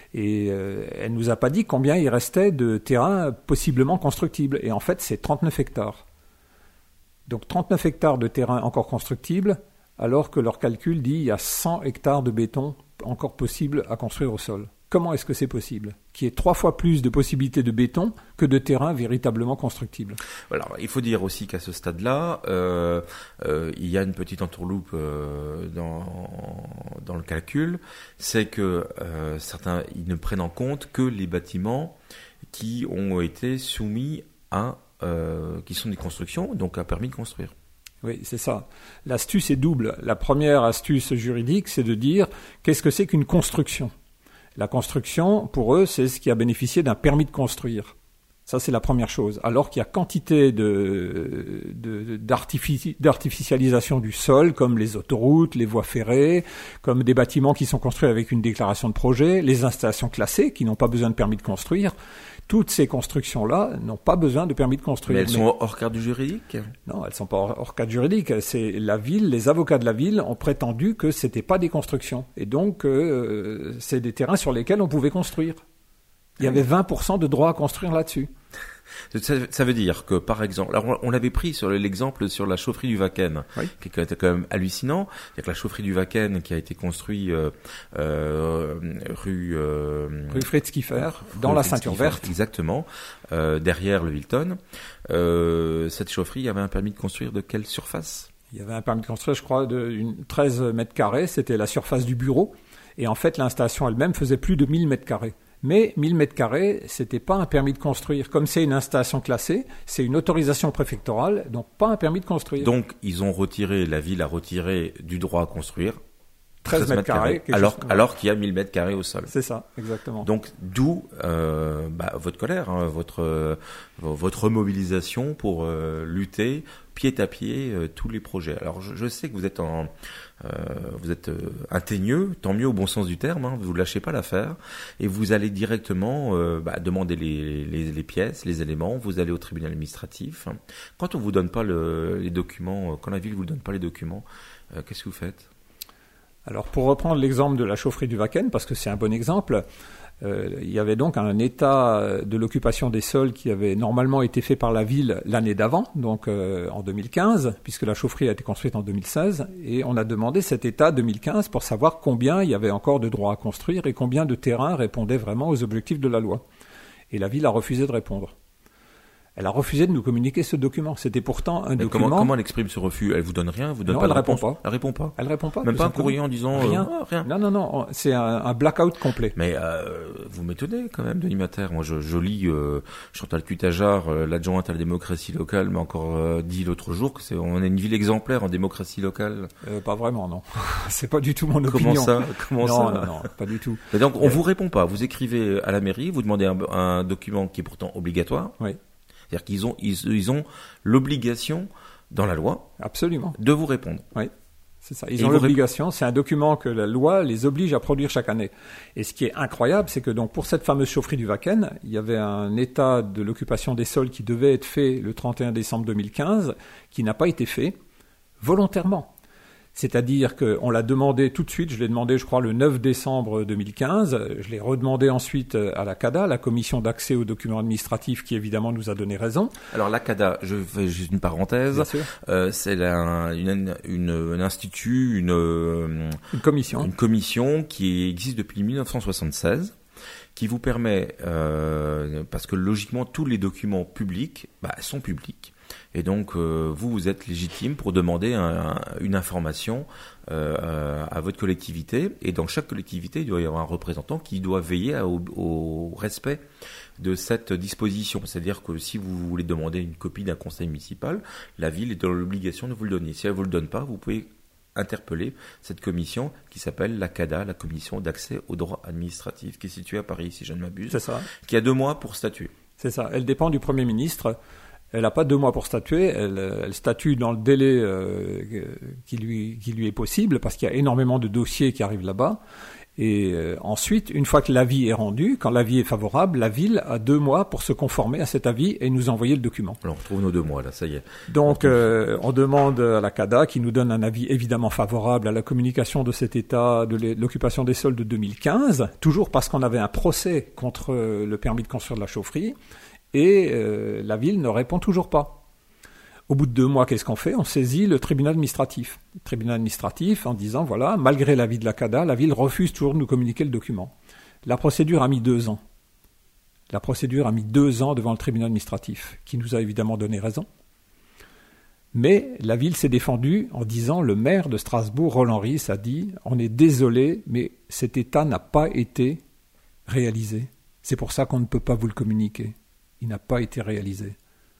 Et euh, elle nous a pas dit combien il restait de terrain possiblement constructible. Et en fait, c'est trente-neuf hectares. Donc trente-neuf hectares de terrain encore constructible, alors que leur calcul dit il y a cent hectares de béton encore possible à construire au sol. Comment est-ce que c'est possible qu'il y ait trois fois plus de possibilités de béton que de terrain véritablement constructible? Alors, il faut dire aussi qu'à ce stade-là, euh, euh, il y a une petite entourloupe euh, dans, dans le calcul, c'est que euh, certains ils ne prennent en compte que les bâtiments qui ont été soumis à, euh, qui sont des constructions, donc un permis de construire. Oui, c'est ça. L'astuce est double. La première astuce juridique, c'est de dire qu'est-ce que c'est qu'une construction? La construction, pour eux, c'est ce qui a bénéficié d'un permis de construire. Ça, c'est la première chose. Alors qu'il y a quantité de, de, d'artifici- d'artificialisation du sol, comme les autoroutes, les voies ferrées, comme des bâtiments qui sont construits avec une déclaration de projet, les installations classées qui n'ont pas besoin de permis de construire. Toutes ces constructions-là n'ont pas besoin de permis de construire. Mais elles Mais... sont hors cadre juridique ? Non, elles sont pas hors, hors cadre juridique. C'est la ville, les avocats de la ville ont prétendu que c'était pas des constructions. Et donc, euh, c'est des terrains sur lesquels on pouvait construire. Il y avait vingt pour cent de droit à construire là-dessus. Ça, ça veut dire que, par exemple, alors on l'avait pris sur l'exemple sur la chaufferie du Wacken, oui. qui était quand même hallucinant. C'est-à-dire que la chaufferie du Wacken qui a été construite euh, euh, rue euh, rue Fritz Kiefer, dans la ceinture verte, exactement, euh, derrière le Hilton. Euh, cette chaufferie, il y avait un permis de construire de quelle surface ? Il y avait un permis de construire, je crois, de une, treize mètres carrés. C'était la surface du bureau, et en fait, l'installation elle-même faisait plus de mille mètres carrés. Mais mille mètres carrés, c'était pas un permis de construire. Comme c'est une installation classée, c'est une autorisation préfectorale, donc pas un permis de construire. Donc, ils ont retiré, la ville a retiré du droit à construire treize mètres carrés. Alors, chose... alors qu'il y a mille mètres carrés au sol. C'est ça, exactement. Donc, d'où euh, bah, votre colère, hein, votre, euh, votre mobilisation pour euh, lutter pied à pied euh, tous les projets. Alors, je, je sais que vous êtes en... Euh, vous êtes euh, un teigneux, tant mieux au bon sens du terme, hein, vous ne lâchez pas l'affaire et vous allez directement euh, bah, demander les, les, les pièces, les éléments, vous allez au tribunal administratif. Quand on vous donne pas le, les documents, quand la ville vous donne pas les documents, euh, qu'est-ce que vous faites ? Alors pour reprendre l'exemple de la chaufferie du Wacken, parce que c'est un bon exemple, euh, il y avait donc un état de l'occupation des sols qui avait normalement été fait par la ville l'année d'avant, donc euh, en deux mille quinze, puisque la chaufferie a été construite en deux mille seize, et on a demandé cet état deux mille quinze pour savoir combien il y avait encore de droits à construire et combien de terrains répondaient vraiment aux objectifs de la loi. Et la ville a refusé de répondre. Elle a refusé de nous communiquer ce document. C'était pourtant un Mais document... Comment, comment elle exprime ce refus ? Elle vous donne rien ? Vous donne Non, pas elle de répond réponse. pas. Elle répond pas. Elle répond pas. Même pas un courrier en disant rien. Euh, ah, rien. Non, non, non. C'est un, un blackout complet. Mais euh, vous m'étonnez quand même, Denis Mater. Moi, je, je lis euh, Chantal Cutajar, euh, l'adjointe à la démocratie locale, m'a encore euh, dit l'autre jour que c'est on est une ville exemplaire en démocratie locale. Euh, pas vraiment, non. C'est pas du tout mon opinion. Comment ça Comment non, ça non, non, pas du tout. Et donc, on euh... vous répond pas. Vous écrivez à la mairie, vous demandez un, un document qui est pourtant obligatoire. Oui. C'est-à-dire qu'ils ont, ils, ils ont l'obligation, dans la loi, absolument, de vous répondre. Oui, c'est ça. Ils Et ont l'obligation, rép... c'est un document que la loi les oblige à produire chaque année. Et ce qui est incroyable, c'est que donc pour cette fameuse chaufferie du Wacken, il y avait un état de l'occupation des sols qui devait être fait le trente et un décembre deux mille quinze, qui n'a pas été fait volontairement. C'est-à-dire qu'on l'a demandé tout de suite, je l'ai demandé je crois le neuf décembre deux mille quinze, je l'ai redemandé ensuite à la C A D A, la commission d'accès aux documents administratifs qui évidemment nous a donné raison. Alors la C A D A, je fais juste une parenthèse, euh, c'est la, une, une, un institut, une, une commission. une commission qui existe depuis mille neuf cent soixante-seize, qui vous permet, euh, parce que logiquement tous les documents publics bah, sont publics. Et donc, euh, vous, vous êtes légitime pour demander un, un, une information euh, à votre collectivité. Et dans chaque collectivité, il doit y avoir un représentant qui doit veiller à, au, au respect de cette disposition. C'est-à-dire que si vous voulez demander une copie d'un conseil municipal, la ville est dans l'obligation de vous le donner. Si elle ne vous le donne pas, vous pouvez interpeller cette commission qui s'appelle la C A D A, la commission d'accès aux droits administratifs, qui est située à Paris, si je ne m'abuse. C'est ça. Qui a deux mois pour statuer. C'est ça. Elle dépend du Premier ministre. Elle n'a pas deux mois pour statuer, elle, elle statue dans le délai euh, qui, lui, qui lui est possible, parce qu'il y a énormément de dossiers qui arrivent là-bas. Et euh, ensuite, une fois que l'avis est rendu, quand l'avis est favorable, la ville a deux mois pour se conformer à cet avis et nous envoyer le document. Alors on retrouve nos deux mois là, ça y est. Donc on, euh, on demande à la C A D A qui nous donne un avis évidemment favorable à la communication de cet état de l'occupation des sols de deux mille quinze, toujours parce qu'on avait un procès contre le permis de construire de la chaufferie. Et euh, la ville ne répond toujours pas. Au bout de deux mois, qu'est-ce qu'on fait ? On saisit le tribunal administratif. Le tribunal administratif en disant, voilà, malgré l'avis de la C A D A, la ville refuse toujours de nous communiquer le document. La procédure a mis deux ans. La procédure a mis deux ans devant le tribunal administratif, qui nous a évidemment donné raison. Mais la ville s'est défendue en disant, le maire de Strasbourg, Roland Ries, a dit, on est désolé, mais cet état n'a pas été réalisé. C'est pour ça qu'on ne peut pas vous le communiquer. Il n'a pas été réalisé.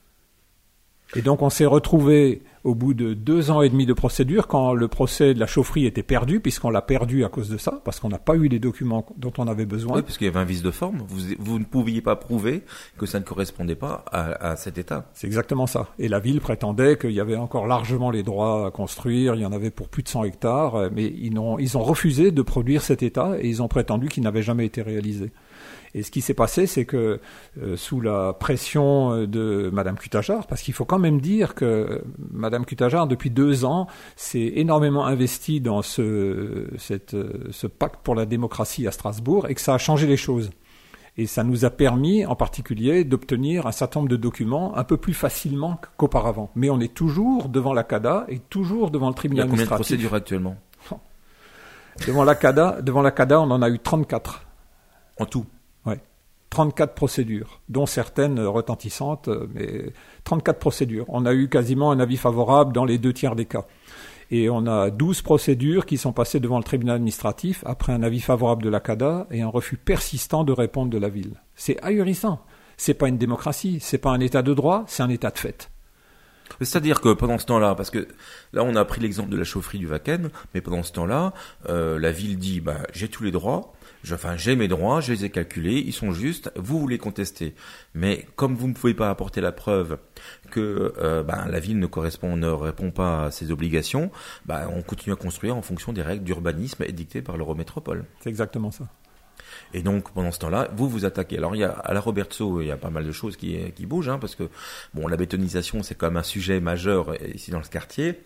Et donc on s'est retrouvé au bout de deux ans et demi de procédure, quand le procès de la chaufferie était perdu, puisqu'on l'a perdu à cause de ça, parce qu'on n'a pas eu les documents dont on avait besoin. Oui, parce qu'il y avait un vice de forme. Vous, vous ne pouviez pas prouver que ça ne correspondait pas à, à cet état. C'est exactement ça. Et la ville prétendait qu'il y avait encore largement les droits à construire, il y en avait pour plus de cent hectares, mais ils ont, ils ont refusé de produire cet état et ils ont prétendu qu'il n'avait jamais été réalisé. Et ce qui s'est passé, c'est que euh, sous la pression de Madame Cutajar, parce qu'il faut quand même dire que Madame Cutajar, depuis deux ans, s'est énormément investie dans ce, cette, ce pacte pour la démocratie à Strasbourg et que ça a changé les choses. Et ça nous a permis, en particulier, d'obtenir un certain nombre de documents un peu plus facilement qu'auparavant. Mais on est toujours devant la C A D A et toujours devant le tribunal administratif. Il y a combien de procédures actuellement ? Devant la C A D A, devant la C A D A, on en a eu trente-quatre. En tout ? Oui, trente-quatre procédures, dont certaines retentissantes, mais trente-quatre procédures. On a eu quasiment un avis favorable dans les deux tiers des cas. Et on a douze procédures qui sont passées devant le tribunal administratif après un avis favorable de la C A D A et un refus persistant de répondre de la ville. C'est ahurissant. C'est pas une démocratie, c'est pas un état de droit, c'est un état de fait. C'est-à-dire que pendant ce temps-là, parce que là on a pris l'exemple de la chaufferie du Wacken, mais pendant ce temps-là, euh, la ville dit bah, j'ai tous les droits, je, enfin j'ai mes droits, je les ai calculés, ils sont justes, vous vous les contestez. Mais comme vous ne pouvez pas apporter la preuve que euh, bah, la ville ne correspond, ne répond pas à ses obligations, bah, on continue à construire en fonction des règles d'urbanisme édictées par l'Eurométropole. C'est exactement ça. Et donc pendant ce temps-là, vous vous attaquez. Alors il y a à la Robertso, il y a pas mal de choses qui qui bougent, hein, parce que bon, la bétonisation c'est quand même un sujet majeur ici dans ce quartier.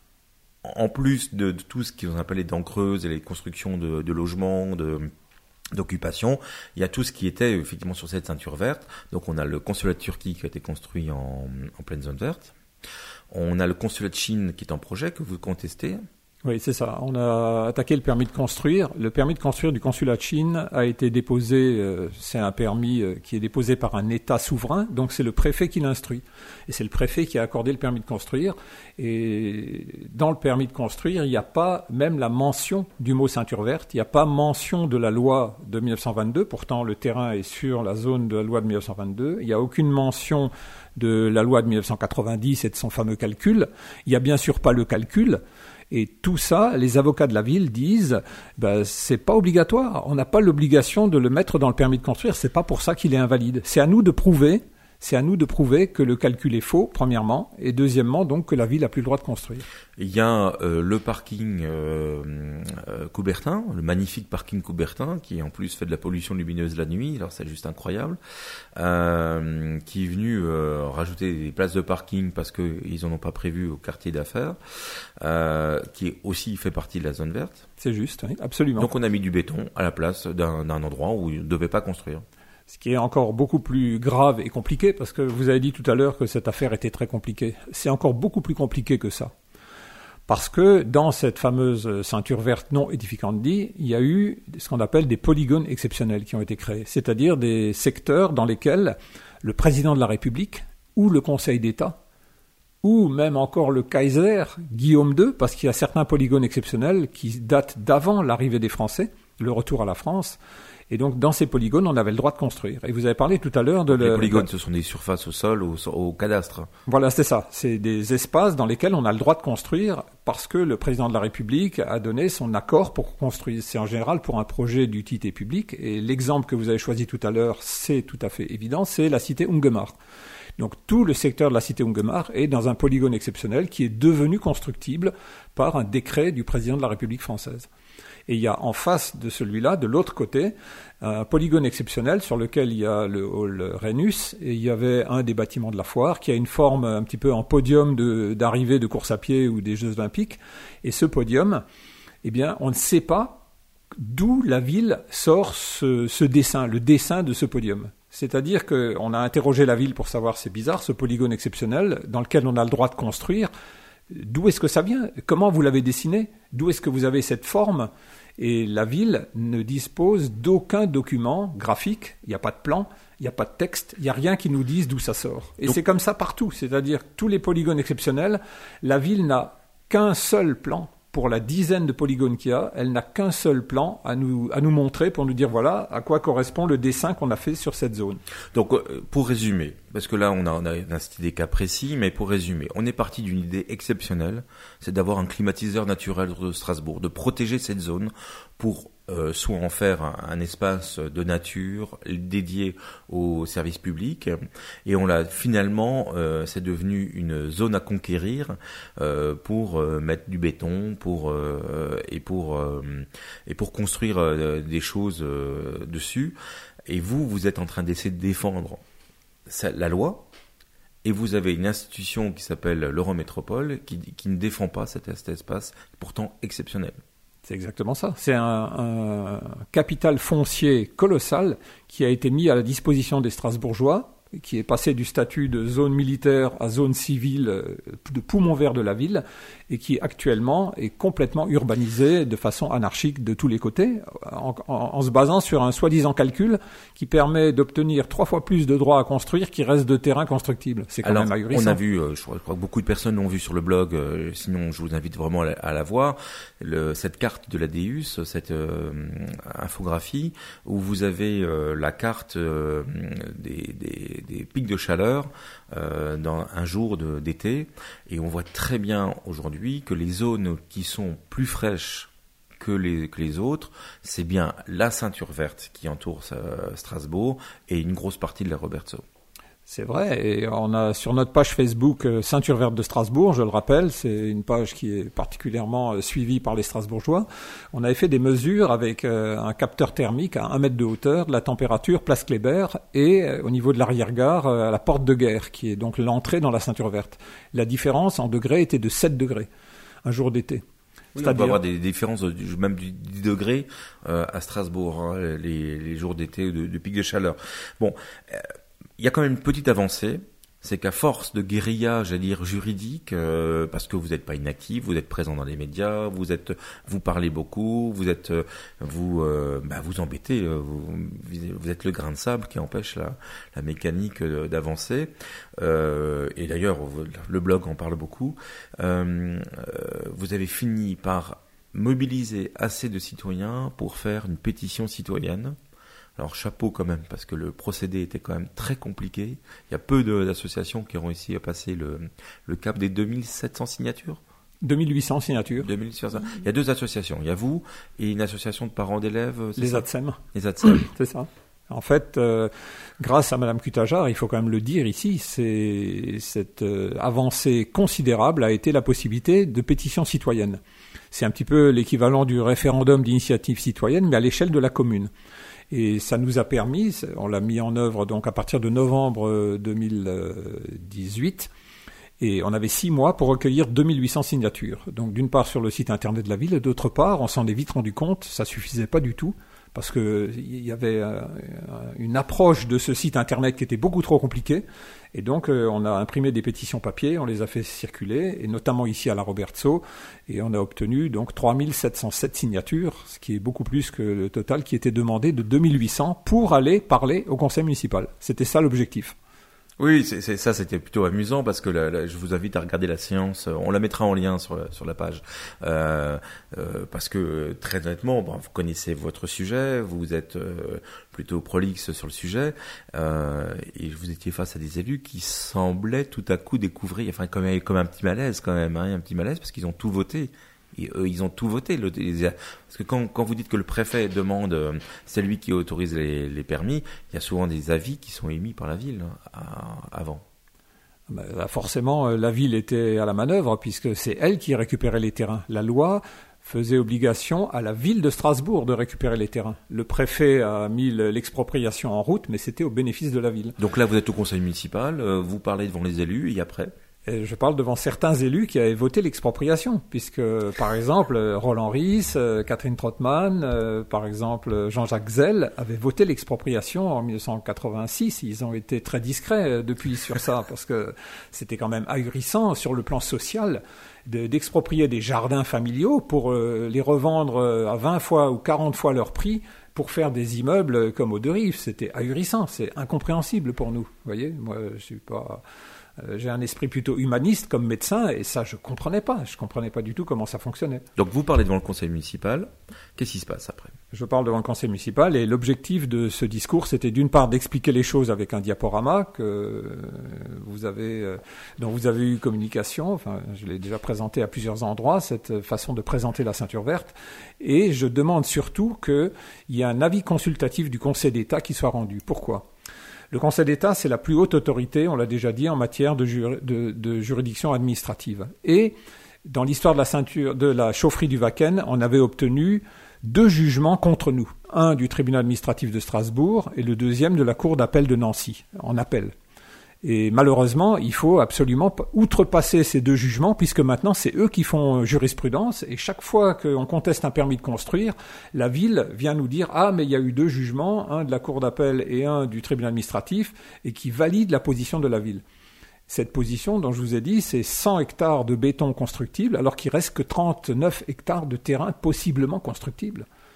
En plus de, de tout ce qu'on appelle les dents creuses et les constructions de, de logements, de d'occupation, il y a tout ce qui était effectivement sur cette ceinture verte. Donc on a le consulat de Turquie qui a été construit en, en pleine zone verte. On a le consulat de Chine qui est en projet que vous contestez. Oui, c'est ça. On a attaqué le permis de construire. Le permis de construire du consulat de Chine a été déposé, euh, c'est un permis euh, qui est déposé par un État souverain, donc c'est le préfet qui l'instruit. Et c'est le préfet qui a accordé le permis de construire. Et dans le permis de construire, il n'y a pas même la mention du mot ceinture verte, il n'y a pas mention de la loi de mille neuf cent vingt-deux, pourtant le terrain est sur la zone de la loi de mille neuf cent vingt-deux. Il n'y a aucune mention de la loi de mille neuf cent quatre-vingt-dix et de son fameux calcul. Il n'y a bien sûr pas le calcul. Et tout ça, les avocats de la ville disent, ben, c'est pas obligatoire. On n'a pas l'obligation de le mettre dans le permis de construire. C'est pas pour ça qu'il est invalide. C'est à nous de prouver, c'est à nous de prouver que le calcul est faux, premièrement, et deuxièmement, donc, que la ville n'a plus le droit de construire. Il y a euh, le parking euh, euh, Coubertin, le magnifique parking Coubertin, qui en plus fait de la pollution lumineuse la nuit, alors c'est juste incroyable, euh, qui est venu euh, rajouter des places de parking parce qu'ils en ont pas prévu au quartier d'affaires, euh, qui est aussi fait partie de la zone verte. C'est juste, oui, absolument. Donc on a mis du béton à la place d'un, d'un endroit où ils ne devaient pas construire. Ce qui est encore beaucoup plus grave et compliqué, parce que vous avez dit tout à l'heure que cette affaire était très compliquée. C'est encore beaucoup plus compliqué que ça. Parce que dans cette fameuse ceinture verte non édificante dit, il y a eu ce qu'on appelle des polygones exceptionnels qui ont été créés, c'est-à-dire des secteurs dans lesquels le président de la République ou le Conseil d'État ou même encore le Kaiser Guillaume deux, parce qu'il y a certains polygones exceptionnels qui datent d'avant l'arrivée des Français, le retour à la France. Et donc, dans ces polygones, on avait le droit de construire. Et vous avez parlé tout à l'heure de... Les le... polygones, ce sont des surfaces au sol, au, au cadastre. Voilà, c'est ça. C'est des espaces dans lesquels on a le droit de construire parce que le président de la République a donné son accord pour construire. C'est en général pour un projet d'utilité publique. Et l'exemple que vous avez choisi tout à l'heure, c'est tout à fait évident, c'est la cité Ungemar. Donc, tout le secteur de la cité Ungemar est dans un polygone exceptionnel qui est devenu constructible par un décret du président de la République française. Et il y a en face de celui-là, de l'autre côté, un polygone exceptionnel sur lequel il y a le hall Rhenus et il y avait un des bâtiments de la foire qui a une forme un petit peu en podium de, d'arrivée de course à pied ou des Jeux Olympiques. Et ce podium, eh bien, on ne sait pas d'où la ville sort ce, ce dessin, le dessin de ce podium. C'est-à-dire qu'on a interrogé la ville pour savoir, c'est bizarre, ce polygone exceptionnel dans lequel on a le droit de construire. D'où est-ce que ça vient ? Comment vous l'avez dessiné ? D'où est-ce que vous avez cette forme ? Et la ville ne dispose d'aucun document graphique, il n'y a pas de plan, il n'y a pas de texte, il n'y a rien qui nous dise d'où ça sort. Et donc, c'est comme ça partout, c'est-à-dire tous les polygones exceptionnels, la ville n'a qu'un seul plan. Pour la dizaine de polygones qu'il y a, elle n'a qu'un seul plan à nous, à nous montrer pour nous dire voilà à quoi correspond le dessin qu'on a fait sur cette zone. Donc, pour résumer, parce que là, on a, on a cité des cas précis, mais pour résumer, on est parti d'une idée exceptionnelle, c'est d'avoir un climatiseur naturel de Strasbourg, de protéger cette zone pour euh, soit en faire un, un espace de nature dédié au service public, et on l'a finalement, euh, c'est devenu une zone à conquérir euh, pour euh, mettre du béton, pour euh, et pour euh, et pour construire euh, des choses euh, dessus. Et vous, vous êtes en train d'essayer de défendre la loi, et vous avez une institution qui s'appelle l'Eurométropole qui, qui ne défend pas cet, cet espace pourtant exceptionnel. C'est exactement ça. C'est un, un capital foncier colossal qui a été mis à la disposition des Strasbourgeois, qui est passé du statut de zone militaire à zone civile, de poumon vert de la ville, et qui actuellement est complètement urbanisé de façon anarchique de tous les côtés, en, en, en se basant sur un soi-disant calcul qui permet d'obtenir trois fois plus de droits à construire qu'il reste de terrain constructible. C'est quand Alors, même ahurissant. On a vu, euh, je crois, je crois que beaucoup de personnes l'ont vu sur le blog, euh, sinon je vous invite vraiment à la, à la voir, le, cette carte de la D E U S, cette euh, infographie, où vous avez euh, la carte euh, des, des des pics de chaleur euh, dans un jour de, d'été. Et on voit très bien aujourd'hui que les zones qui sont plus fraîches que les, que les autres, c'est bien la ceinture verte qui entoure euh, Strasbourg et une grosse partie de la Robertsau. C'est vrai, et on a sur notre page Facebook euh, Ceinture verte de Strasbourg, je le rappelle, c'est une page qui est particulièrement euh, suivie par les Strasbourgeois. On avait fait des mesures avec euh, un capteur thermique à un mètre de hauteur de la température place Kléber et euh, au niveau de l'arrière-gare euh, à la porte de guerre, qui est donc l'entrée dans la ceinture verte. La différence en degrés était de sept degrés, un jour d'été. Oui, on peut avoir des différences de, même du dix degrés euh, à Strasbourg, hein, les, les jours d'été de, de pic de chaleur. Bon. Euh, Il y a quand même une petite avancée, c'est qu'à force de guérilla, j'allais dire juridique, euh, parce que vous n'êtes pas inactif, vous êtes présent dans les médias, vous êtes, vous parlez beaucoup, vous êtes, vous, euh, bah, vous embêtez, vous, vous êtes le grain de sable qui empêche la, la mécanique d'avancer. Euh, et d'ailleurs, le blog en parle beaucoup. Euh, vous avez fini par mobiliser assez de citoyens pour faire une pétition citoyenne. Alors chapeau quand même, parce que le procédé était quand même très compliqué. Il y a peu de, d'associations qui ont réussi à passer le, le cap des deux mille sept cents signatures. deux mille huit cents signatures. deux mille huit cents. Il y a deux associations. Il y a vous et une association de parents d'élèves. Les A T S E M. Les A T S E M. C'est ça. En fait, euh, grâce à Madame Cutajar, il faut quand même le dire ici, c'est, cette euh, avancée considérable a été la possibilité de pétition citoyenne. C'est un petit peu l'équivalent du référendum d'initiative citoyenne, mais à l'échelle de la commune. Et ça nous a permis, on l'a mis en œuvre donc à partir de novembre deux mille dix-huit, et on avait six mois pour recueillir deux mille huit cents signatures. Donc d'une part sur le site internet de la ville, et d'autre part, on s'en est vite rendu compte, ça suffisait pas du tout, parce que il y avait euh, une approche de ce site internet qui était beaucoup trop compliquée, et donc euh, on a imprimé des pétitions papier, on les a fait circuler, et notamment ici à la Robertsau, et on a obtenu donc trois mille sept cent sept signatures, ce qui est beaucoup plus que le total qui était demandé de deux mille huit cents pour aller parler au conseil municipal. C'était ça l'objectif. Oui, c'est, c'est, ça c'était plutôt amusant parce que la, la, je vous invite à regarder la séance, on la mettra en lien sur la, sur la page, euh, euh, parce que très honnêtement, bon, vous connaissez votre sujet, vous êtes euh, plutôt prolixe sur le sujet, euh, et vous étiez face à des élus qui semblaient tout à coup découvrir, enfin comme, comme un petit malaise quand même, hein, un petit malaise parce qu'ils ont tout voté. Et eux, ils ont tout voté. Le, les, parce que quand, quand vous dites que le préfet demande, euh, c'est lui qui autorise les, les permis, il y a souvent des avis qui sont émis par la ville hein, à, avant. Ben, là, forcément, la ville était à la manœuvre puisque c'est elle qui récupérait les terrains. La loi faisait obligation à la ville de Strasbourg de récupérer les terrains. Le préfet a mis l'expropriation en route, mais c'était au bénéfice de la ville. Donc là, vous êtes au conseil municipal, euh, vous parlez devant les élus, et après ? Et je parle devant certains élus qui avaient voté l'expropriation, puisque, par exemple, Roland Ries, euh, Catherine Trottmann, euh, par exemple, Jean-Jacques Zell avaient voté l'expropriation en dix-neuf cent quatre-vingt-six. Ils ont été très discrets euh, depuis sur ça, parce que c'était quand même ahurissant sur le plan social de, d'exproprier des jardins familiaux pour euh, les revendre euh, à vingt fois ou quarante fois leur prix pour faire des immeubles comme aux Deux-Rives. C'était ahurissant, c'est incompréhensible pour nous. Vous voyez, moi, je suis pas... Euh, j'ai un esprit plutôt humaniste comme médecin, et ça, je comprenais pas. Je comprenais pas du tout comment ça fonctionnait. Donc, vous parlez devant le conseil municipal. Qu'est-ce qui se passe après ? Je parle devant le conseil municipal, et l'objectif de ce discours, c'était d'une part d'expliquer les choses avec un diaporama que vous avez, euh, dont vous avez eu communication. Enfin, je l'ai déjà présenté à plusieurs endroits, cette façon de présenter la ceinture verte. Et je demande surtout qu'il y ait un avis consultatif du Conseil d'État qui soit rendu. Pourquoi ? Le Conseil d'État, c'est la plus haute autorité, on l'a déjà dit, en matière de, jur- de, de juridiction administrative. Et dans l'histoire de la ceinture, de la chaufferie du Wacken, on avait obtenu deux jugements contre nous. Un du tribunal administratif de Strasbourg et le deuxième de la cour d'appel de Nancy, en appel. Et malheureusement, il faut absolument outrepasser ces deux jugements, puisque maintenant, c'est eux qui font jurisprudence, et chaque fois qu'on conteste un permis de construire, la ville vient nous dire « Ah, mais il y a eu deux jugements, un de la cour d'appel et un du tribunal administratif, et qui valident la position de la ville ». Cette position, dont je vous ai dit, c'est cent hectares de béton constructible, alors qu'il reste que trente-neuf hectares de terrain possiblement constructible.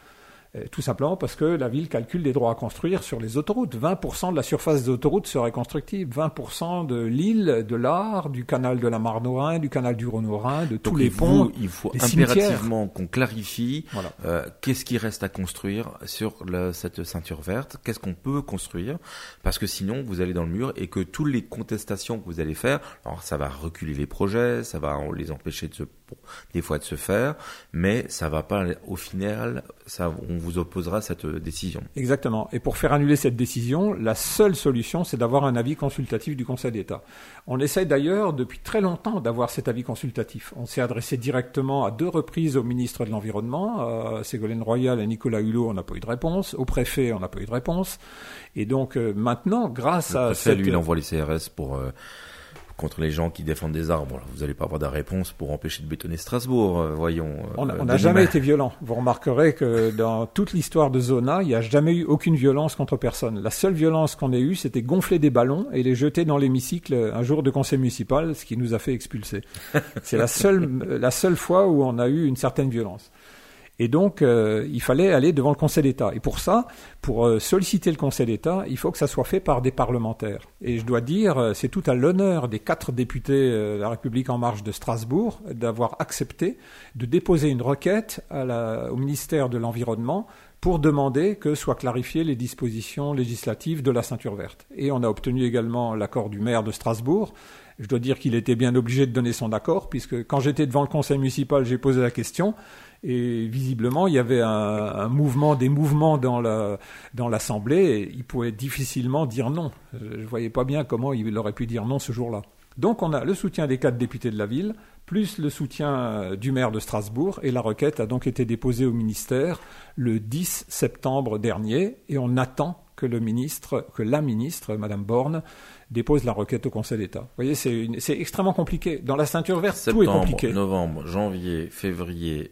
Tout simplement parce que la ville calcule des droits à construire sur les autoroutes. vingt pour cent de la surface des autoroutes serait constructive. vingt pour cent de l'île, de l'Ar, du canal de la Marne au Rhin, du canal du Rhône au Rhin, de tous Donc les il ponts, faut, il faut des impérativement qu'on clarifie voilà. euh, qu'est-ce qui reste à construire sur le, cette ceinture verte, qu'est-ce qu'on peut construire, parce que sinon vous allez dans le mur et que toutes les contestations que vous allez faire, alors ça va reculer les projets, ça va les empêcher de se, des fois de se faire, mais ça va pas, au final, ça, on vous opposera cette décision. Exactement. Et pour faire annuler cette décision, la seule solution, c'est d'avoir un avis consultatif du Conseil d'État. On essaie d'ailleurs depuis très longtemps d'avoir cet avis consultatif. On s'est adressé directement à deux reprises au ministre de l'Environnement, à Ségolène Royal et Nicolas Hulot, on n'a pas eu de réponse. Au préfet, on n'a pas eu de réponse. Et donc euh, maintenant, grâce le à préfet, cette... lui, il envoie les C R S pour... Euh... contre les gens qui défendent des arbres. Alors, vous n'allez pas avoir de réponse pour empêcher de bétonner Strasbourg, euh, voyons. Euh, on n'a jamais été violent. Vous remarquerez que dans toute l'histoire de Zona, il n'y a jamais eu aucune violence contre personne. La seule violence qu'on ait eue, c'était gonfler des ballons et les jeter dans l'hémicycle un jour de conseil municipal, ce qui nous a fait expulser. C'est la seule, la seule fois où on a eu une certaine violence. Et donc, euh, il fallait aller devant le Conseil d'État. Et pour ça, pour euh, solliciter le Conseil d'État, il faut que ça soit fait par des parlementaires. Et je dois dire, euh, c'est tout à l'honneur des quatre députés euh, de La République En Marche de Strasbourg d'avoir accepté de déposer une requête à la, au ministère de l'Environnement pour demander que soient clarifiées les dispositions législatives de la ceinture verte. Et on a obtenu également l'accord du maire de Strasbourg. Je dois dire qu'il était bien obligé de donner son accord, puisque quand j'étais devant le conseil municipal, j'ai posé la question, et visiblement, il y avait un, un mouvement, des mouvements dans la, dans l'Assemblée, et il pouvait difficilement dire non. Je ne voyais pas bien comment il aurait pu dire non ce jour-là. Donc on a le soutien des quatre députés de la ville, plus le soutien du maire de Strasbourg, et la requête a donc été déposée au ministère le dix septembre dernier, et on attend que le ministre, que la ministre, Madame Borne, dépose la requête au Conseil d'État. Vous voyez, c'est, une, c'est extrêmement compliqué. Dans la ceinture verte, Septembre, tout est compliqué. Novembre, janvier, février,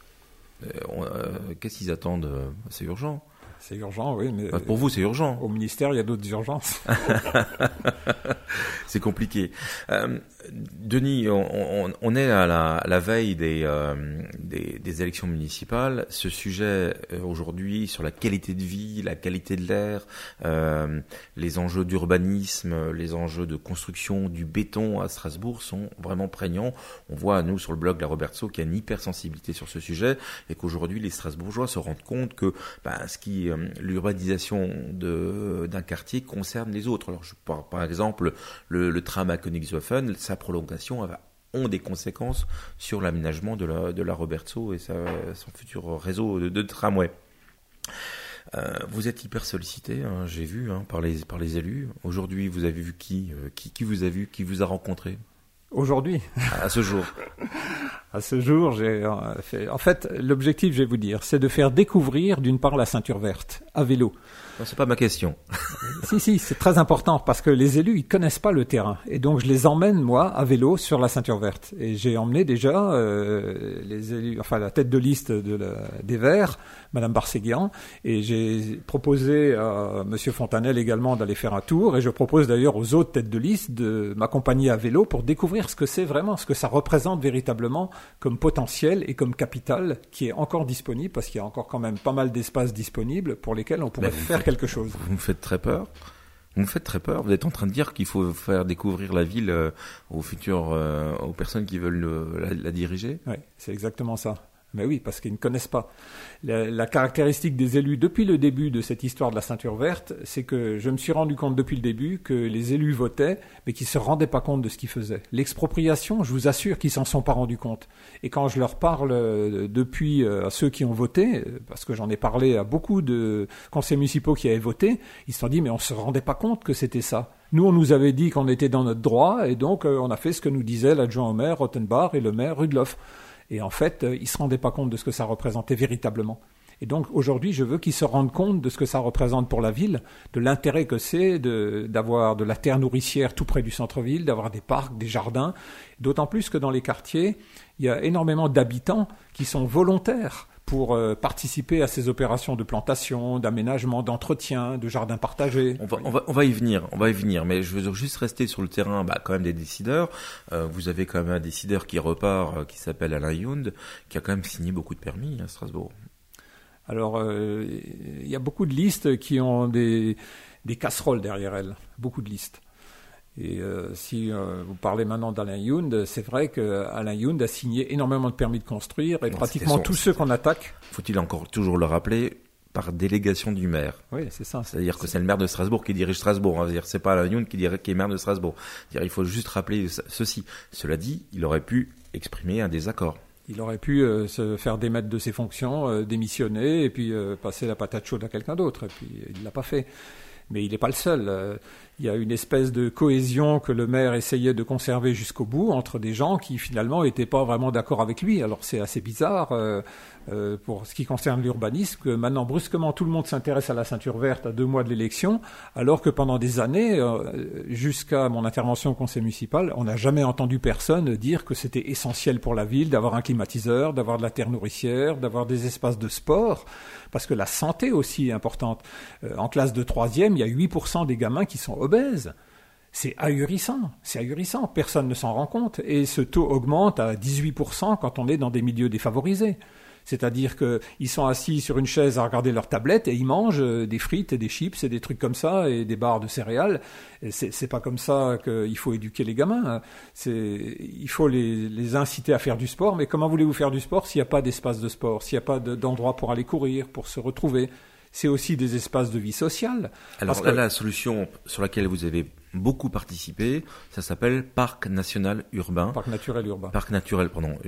euh, on, euh, qu'est-ce qu'ils attendent euh, C'est urgent. C'est urgent, oui. Mais enfin, pour vous, c'est urgent. Au ministère, il y a d'autres urgences. C'est compliqué. Euh, Denis, on, on, on est à la, à la veille des, euh, des, des élections municipales. Ce sujet euh, aujourd'hui sur la qualité de vie, la qualité de l'air, euh, les enjeux d'urbanisme, les enjeux de construction du béton à Strasbourg sont vraiment prégnants. On voit, nous, sur le blog La Robertso, qu'il y a une hypersensibilité sur ce sujet et qu'aujourd'hui, les Strasbourgeois se rendent compte que bah, ce qui, euh, l'urbanisation de, d'un quartier concerne les autres. Alors, je, par, par exemple, le, le tram à Königshofen, sa prolongation va, ont des conséquences sur l'aménagement de la, de la Robertso et sa, son futur réseau de, de tramway. Euh, vous êtes hyper sollicité, hein, j'ai vu, hein, par les, par les élus. Aujourd'hui, vous avez vu qui, euh, qui, qui vous a vu, qui vous a rencontré? Aujourd'hui, à ce jour. À ce jour, j'ai fait... En fait, l'objectif, je vais vous dire, c'est de faire découvrir, d'une part, la ceinture verte, à vélo. Non, c'est pas ma question. Si, si, c'est très important, parce que les élus, ils connaissent pas le terrain. Et donc, je les emmène, moi, à vélo, sur la ceinture verte. Et j'ai emmené déjà euh, les élus, enfin, la tête de liste de la, des Verts, Madame Barséguian, et j'ai proposé à Monsieur Fontanel également d'aller faire un tour, et je propose d'ailleurs aux autres têtes de liste de m'accompagner à vélo pour découvrir ce que c'est vraiment, ce que ça représente véritablement comme potentiel et comme capital qui est encore disponible, parce qu'il y a encore quand même pas mal d'espaces disponibles pour lesquels on pourrait faire faites, quelque chose. Vous me faites très peur. Vous me faites très peur. Vous êtes en train de dire qu'il faut faire découvrir la ville euh, aux futurs, euh, aux personnes qui veulent le, la, la diriger. Oui, c'est exactement ça. Mais oui, parce qu'ils ne connaissent pas. La, la caractéristique des élus depuis le début de cette histoire de la ceinture verte, c'est que je me suis rendu compte depuis le début que les élus votaient, mais qu'ils ne se rendaient pas compte de ce qu'ils faisaient. L'expropriation, je vous assure qu'ils ne s'en sont pas rendus compte. Et quand je leur parle euh, depuis euh, à ceux qui ont voté, parce que j'en ai parlé à beaucoup de conseillers municipaux qui avaient voté, ils se sont dit, mais on ne se rendait pas compte que c'était ça. Nous, on nous avait dit qu'on était dans notre droit, et donc euh, on a fait ce que nous disait l'adjoint au maire, Rottenbach, et le maire, Rudloff. Et en fait, ils ne se rendaient pas compte de ce que ça représentait véritablement. Et donc, aujourd'hui, je veux qu'ils se rendent compte de ce que ça représente pour la ville, de l'intérêt que c'est de, d'avoir de la terre nourricière tout près du centre-ville, d'avoir des parcs, des jardins. D'autant plus que dans les quartiers, il y a énormément d'habitants qui sont volontaires pour euh, participer à ces opérations de plantation, d'aménagement, d'entretien, de jardins partagés. On va, on va, on va y venir, on va y venir, mais je veux juste rester sur le terrain, bah, quand même des décideurs. Euh, vous avez quand même un décideur qui repart, euh, qui s'appelle Alain Yound, qui a quand même signé beaucoup de permis à Strasbourg. Alors, euh, il y a beaucoup de listes qui ont des, des casseroles derrière elles, beaucoup de listes. Et euh, si euh, vous parlez maintenant d'Alain Yound, c'est vrai qu'Alain Yound a signé énormément de permis de construire et non, pratiquement son, tous ceux qu'on attaque... Faut-il encore toujours le rappeler, par délégation du maire. Oui, c'est ça. C'est-à-dire c'est... que c'est le maire de Strasbourg qui dirige Strasbourg. Hein. C'est pas Alain Yound qui, dirait, qui est maire de Strasbourg. C'est-à-dire, il faut juste rappeler ceci. Cela dit, il aurait pu exprimer un désaccord. Il aurait pu euh, se faire démettre de ses fonctions, euh, démissionner et puis euh, passer la patate chaude à quelqu'un d'autre. Et puis il l'a pas fait. Mais il n'est pas le seul. Euh, il y a une espèce de cohésion que le maire essayait de conserver jusqu'au bout entre des gens qui finalement n'étaient pas vraiment d'accord avec lui. Alors c'est assez bizarre euh, euh, pour ce qui concerne l'urbanisme que maintenant brusquement tout le monde s'intéresse à la ceinture verte à deux mois de l'élection, alors que pendant des années, euh, jusqu'à mon intervention au conseil municipal, on n'a jamais entendu personne dire que c'était essentiel pour la ville d'avoir un climatiseur, d'avoir de la terre nourricière, d'avoir des espaces de sport, parce que la santé aussi est importante. Euh, en classe de troisième, il y a huit pour cent des gamins qui sont obèses. C'est ahurissant, c'est ahurissant, personne ne s'en rend compte. Et ce taux augmente à dix-huit pour cent quand on est dans des milieux défavorisés. C'est-à-dire qu'ils sont assis sur une chaise à regarder leur tablette et ils mangent des frites et des chips et des trucs comme ça et des barres de céréales. Et c'est, c'est pas comme ça qu'il faut éduquer les gamins. C'est, il faut les, les inciter à faire du sport. Mais comment voulez-vous faire du sport s'il n'y a pas d'espace de sport, s'il n'y a pas de, d'endroit pour aller courir, pour se retrouver? C'est aussi des espaces de vie sociale. Alors là, que... la solution sur laquelle vous avez beaucoup participé, ça s'appelle Parc national urbain. Parc naturel urbain. Parc naturel, pardon.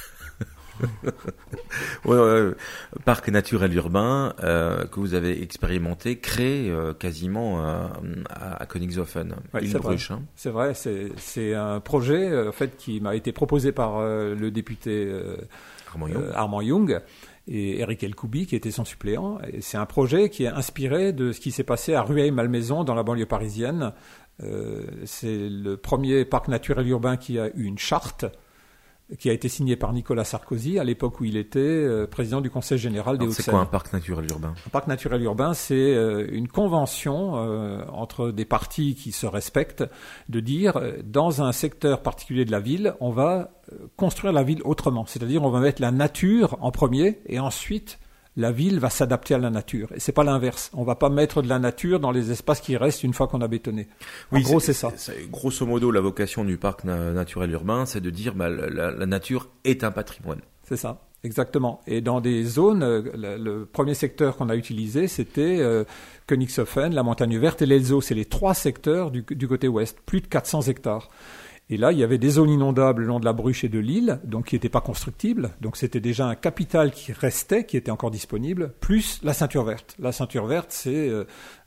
ouais, ouais, parc naturel urbain euh, que vous avez expérimenté, créé euh, quasiment euh, à, à Königshofen, ouais, Île Bruche. Hein. C'est vrai, c'est, c'est un projet euh, en fait qui m'a été proposé par euh, le député euh, Armand Young. Euh, Armand Young et Eric Elkoubi qui était son suppléant. Et c'est un projet qui est inspiré de ce qui s'est passé à Rueil-Malmaison dans la banlieue parisienne. Euh, c'est le premier parc naturel urbain qui a eu une charte qui a été signé par Nicolas Sarkozy à l'époque où il était euh, président du Conseil général des Hauts-de-Seine. C'est quoi un parc naturel urbain ? Un parc naturel urbain, c'est euh, une convention euh, entre des parties qui se respectent de dire euh, dans un secteur particulier de la ville, on va euh, construire la ville autrement. C'est-à-dire on va mettre la nature en premier et ensuite la ville va s'adapter à la nature. Et c'est pas l'inverse. On va pas mettre de la nature dans les espaces qui restent une fois qu'on a bétonné. En oui, gros, c'est, c'est ça. C'est, grosso modo, la vocation du parc na- naturel urbain, c'est de dire bah, la, la nature est un patrimoine. C'est ça, exactement. Et dans des zones, le, le premier secteur qu'on a utilisé, c'était euh, Königshofen, la Montagne Verte et l'Elzo. C'est les trois secteurs du, du côté ouest, plus de quatre cents hectares. Et là, il y avait des zones inondables le long de la Bruche et de l'île, donc qui n'étaient pas constructibles. Donc c'était déjà un capital qui restait, qui était encore disponible, plus la ceinture verte. La ceinture verte, c'est euh,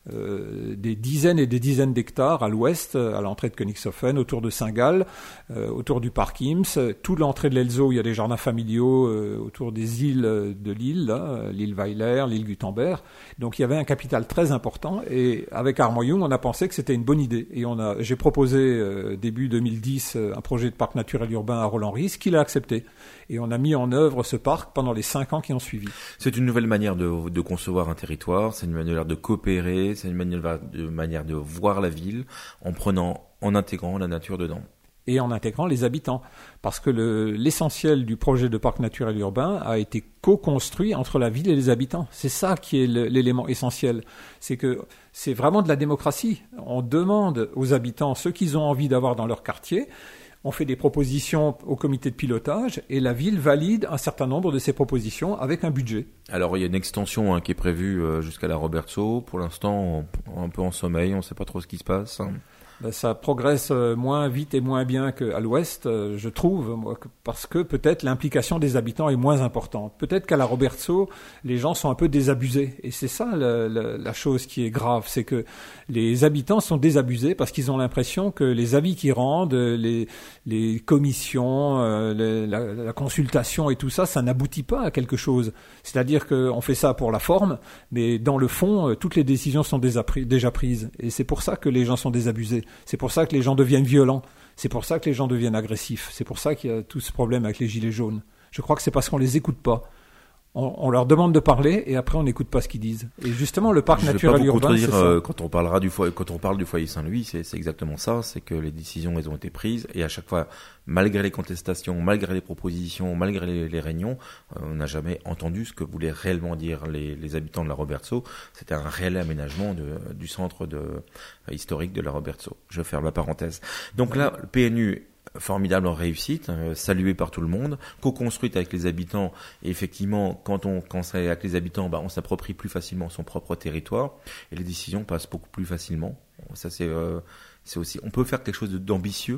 euh, des dizaines et des dizaines d'hectares à l'ouest, à l'entrée de Königshofen, autour de Saint-Gall, euh, autour du parc Ims, toute l'entrée de l'Elzo, il y a des jardins familiaux euh, autour des îles de l'île, là, l'île Weiler, l'île Gutenberg. Donc il y avait un capital très important. Et avec Armand Young, on a pensé que c'était une bonne idée. Et on a, j'ai proposé euh, début deux mille dix un projet de parc naturel urbain à Roland-Ries, qu'il a accepté. Et on a mis en œuvre ce parc pendant les cinq ans qui ont suivi. C'est une nouvelle manière de, de concevoir un territoire, c'est une manière de coopérer, c'est une manière de, manière de voir la ville en prenant, en intégrant la nature dedans. Et en intégrant les habitants. Parce que le, l'essentiel du projet de parc naturel urbain a été co-construit entre la ville et les habitants. C'est ça qui est le, l'élément essentiel. C'est que c'est vraiment de la démocratie. On demande aux habitants ce qu'ils ont envie d'avoir dans leur quartier. On fait des propositions au comité de pilotage et la ville valide un certain nombre de ces propositions avec un budget. Alors il y a une extension hein, qui est prévue euh, jusqu'à la Robertso. Pour l'instant, on, un peu en sommeil, on ne sait pas trop ce qui se passe. Hein. Ben, ça progresse moins vite et moins bien qu'à l'ouest, je trouve, moi, parce que peut-être l'implication des habitants est moins importante. Peut-être qu'à la Robertso, les gens sont un peu désabusés. Et c'est ça la, la, la chose qui est grave, c'est que les habitants sont désabusés parce qu'ils ont l'impression que les avis qu'ils rendent, les, les commissions, euh, les, la, la consultation et tout ça, ça n'aboutit pas à quelque chose. C'est-à-dire qu'on fait ça pour la forme, mais dans le fond, toutes les décisions sont déjà prises. Et c'est pour ça que les gens sont désabusés. C'est pour ça que les gens deviennent violents. C'est pour ça que les gens deviennent agressifs. C'est pour ça qu'il y a tout ce problème avec les gilets jaunes. Je crois que c'est parce qu'on les écoute pas. On, on leur demande de parler et après on n'écoute pas ce qu'ils disent. Et justement, le parc Je naturel vais pas vous urbain, c'est contredire, ça. euh, quand on parlera du foyer, quand on parle du foyer Saint-Louis, c'est, c'est exactement ça. C'est que les décisions, elles ont été prises et à chaque fois, malgré les contestations, malgré les propositions, malgré les, les réunions, euh, on n'a jamais entendu ce que voulaient réellement dire les, les habitants de la Robertsau. C'était un réel aménagement de, du centre de, euh, historique de la Robertsau. Je ferme la parenthèse. Donc là, le P N U, formidable en réussite, euh, salué par tout le monde, co-construite avec les habitants. Et effectivement, quand on quand c'est avec les habitants, bah, on s'approprie plus facilement son propre territoire et les décisions passent beaucoup plus facilement. Ça c'est euh, c'est aussi, on peut faire quelque chose d'ambitieux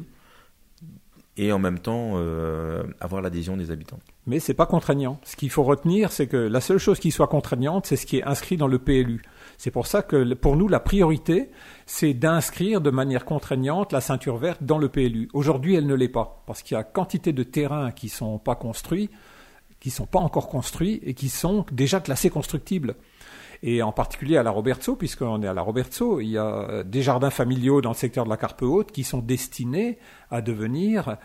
et en même temps euh, avoir l'adhésion des habitants. Mais c'est pas contraignant. Ce qu'il faut retenir, c'est que la seule chose qui soit contraignante, c'est ce qui est inscrit dans le P L U. C'est pour ça que pour nous, la priorité, c'est d'inscrire de manière contraignante la ceinture verte dans le P L U. Aujourd'hui, elle ne l'est pas, parce qu'il y a quantité de terrains qui sont pas construits, qui sont pas encore construits et qui sont déjà classés constructibles. Et en particulier à la Robertsau, puisqu'on est à la Robertsau, il y a des jardins familiaux dans le secteur de la Carpe Haute qui sont destinés à devenir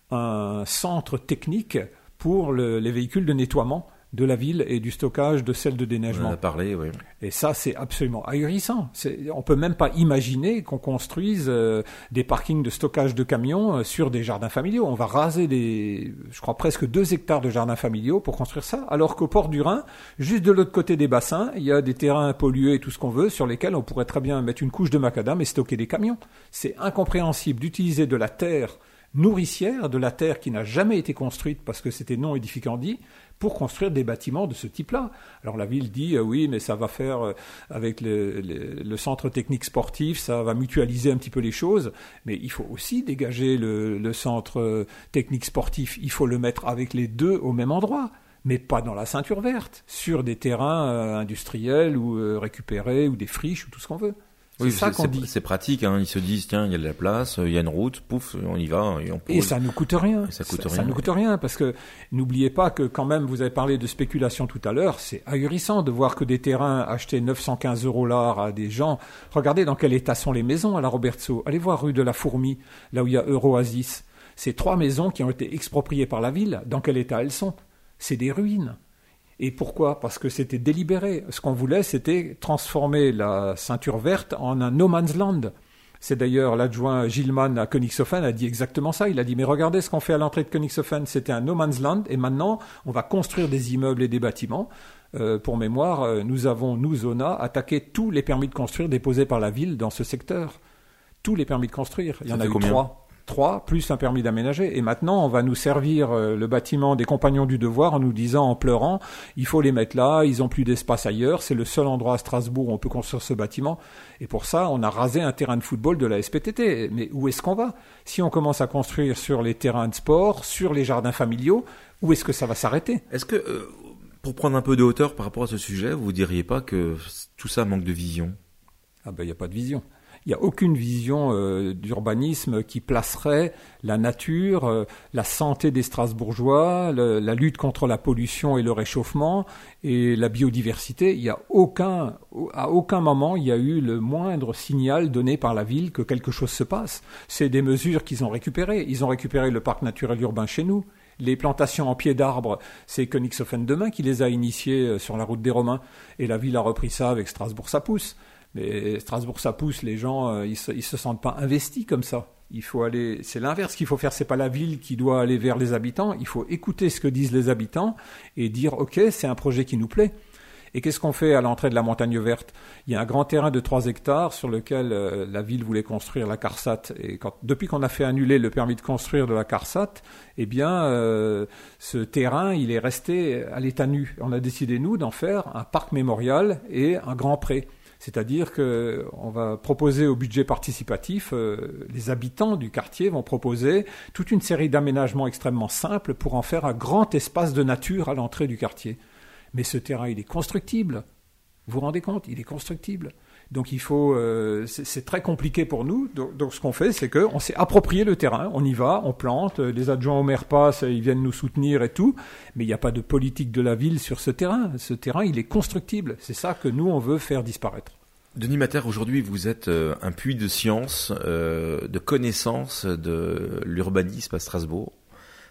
un centre technique pour le, les véhicules de nettoiement de la ville et du stockage de sel de déneigement. On en a parlé, oui. Et ça, c'est absolument ahurissant. C'est, on peut même pas imaginer qu'on construise euh, des parkings de stockage de camions euh, sur des jardins familiaux. On va raser des, je crois, presque deux hectares de jardins familiaux pour construire ça, alors qu'au port du Rhin, juste de l'autre côté des bassins, il y a des terrains pollués et tout ce qu'on veut, sur lesquels on pourrait très bien mettre une couche de macadam et stocker des camions. C'est incompréhensible d'utiliser de la terre nourricière, de la terre qui n'a jamais été construite parce que c'était non édificandi, pour construire des bâtiments de ce type-là. Alors la ville dit euh, oui, mais ça va faire euh, avec le, le, le centre technique sportif, ça va mutualiser un petit peu les choses, mais il faut aussi dégager le, le centre euh, technique sportif, il faut le mettre avec les deux au même endroit, mais pas dans la ceinture verte, sur des terrains euh, industriels ou euh, récupérés ou des friches ou tout ce qu'on veut. C'est oui, ça c'est, qu'on dit. C'est pratique, hein. Ils se disent, tiens, il y a de la place, il y a une route, pouf, on y va, et on pose. Et ça ne coûte rien. Et ça coûte ça, rien. Ça ne coûte rien, parce que n'oubliez pas que quand même, vous avez parlé de spéculation tout à l'heure, c'est ahurissant de voir que des terrains achetés neuf cent quinze euros l'art à des gens. Regardez dans quel état sont les maisons à la Robertsau. Allez voir rue de la Fourmi, là où il y a Euroasis. Ces trois maisons qui ont été expropriées par la ville, dans quel état elles sont? C'est des ruines. Et pourquoi? Parce que c'était délibéré. Ce qu'on voulait, c'était transformer la ceinture verte en un no man's land. C'est d'ailleurs l'adjoint Gilman à Königshofen a dit exactement ça. Il a dit, mais regardez ce qu'on fait à l'entrée de Königshofen, c'était un no man's land, et maintenant, on va construire des immeubles et des bâtiments. Euh, pour mémoire, nous avons, nous, Zona, attaqué tous les permis de construire déposés par la ville dans ce secteur. Tous les permis de construire. Il y en a eu trois. Trois, plus un permis d'aménager. Et maintenant, on va nous servir euh, le bâtiment des Compagnons du Devoir en nous disant, en pleurant, il faut les mettre là, ils ont plus d'espace ailleurs, c'est le seul endroit à Strasbourg où on peut construire ce bâtiment. Et pour ça, on a rasé un terrain de football de la S P T T. Mais où est-ce qu'on va? Si on commence à construire sur les terrains de sport, sur les jardins familiaux, où est-ce que ça va s'arrêter? Est-ce que, euh, pour prendre un peu de hauteur par rapport à ce sujet, vous diriez pas que tout ça manque de vision? Ah ben, il n'y a pas de vision. Il n'y a aucune vision euh, d'urbanisme qui placerait la nature, euh, la santé des Strasbourgeois, le, la lutte contre la pollution et le réchauffement et la biodiversité. Il y a aucun, à aucun moment, il y a eu le moindre signal donné par la ville que quelque chose se passe. C'est des mesures qu'ils ont récupérées. Ils ont récupéré le parc naturel urbain chez nous. Les plantations en pied d'arbres, c'est Königshofen demain qui les a initiées sur la route des Romains. Et la ville a repris ça avec Strasbourg ça pousse. Mais Strasbourg ça pousse, les gens, euh, ils, se, ils se sentent pas investis comme ça. Il faut aller, c'est l'inverse qu'il faut faire. C'est pas la ville qui doit aller vers les habitants. Il faut écouter ce que disent les habitants et dire ok, c'est un projet qui nous plaît. Et qu'est-ce qu'on fait à l'entrée de la Montagne Verte? Il y a un grand terrain de trois hectares sur lequel euh, la ville voulait construire la CARSAT. Et quand, depuis qu'on a fait annuler le permis de construire de la CARSAT, eh bien, euh, ce terrain, il est resté à l'état nu. On a décidé, nous, d'en faire un parc mémorial et un grand pré. C'est-à-dire qu'on va proposer au budget participatif, euh, les habitants du quartier vont proposer toute une série d'aménagements extrêmement simples pour en faire un grand espace de nature à l'entrée du quartier. Mais ce terrain, il est constructible. Vous vous rendez compte? Il est constructible. Donc il faut, euh, c'est, c'est très compliqué pour nous. Donc, donc ce qu'on fait, c'est qu'on s'est approprié le terrain. On y va, on plante. Les adjoints au maire passent, ils viennent nous soutenir et tout. Mais il n'y a pas de politique de la ville sur ce terrain. Ce terrain, il est constructible. C'est ça que nous, on veut faire disparaître. Denis Matter, aujourd'hui, vous êtes euh, un puits de science, euh, de connaissances de l'urbanisme à Strasbourg.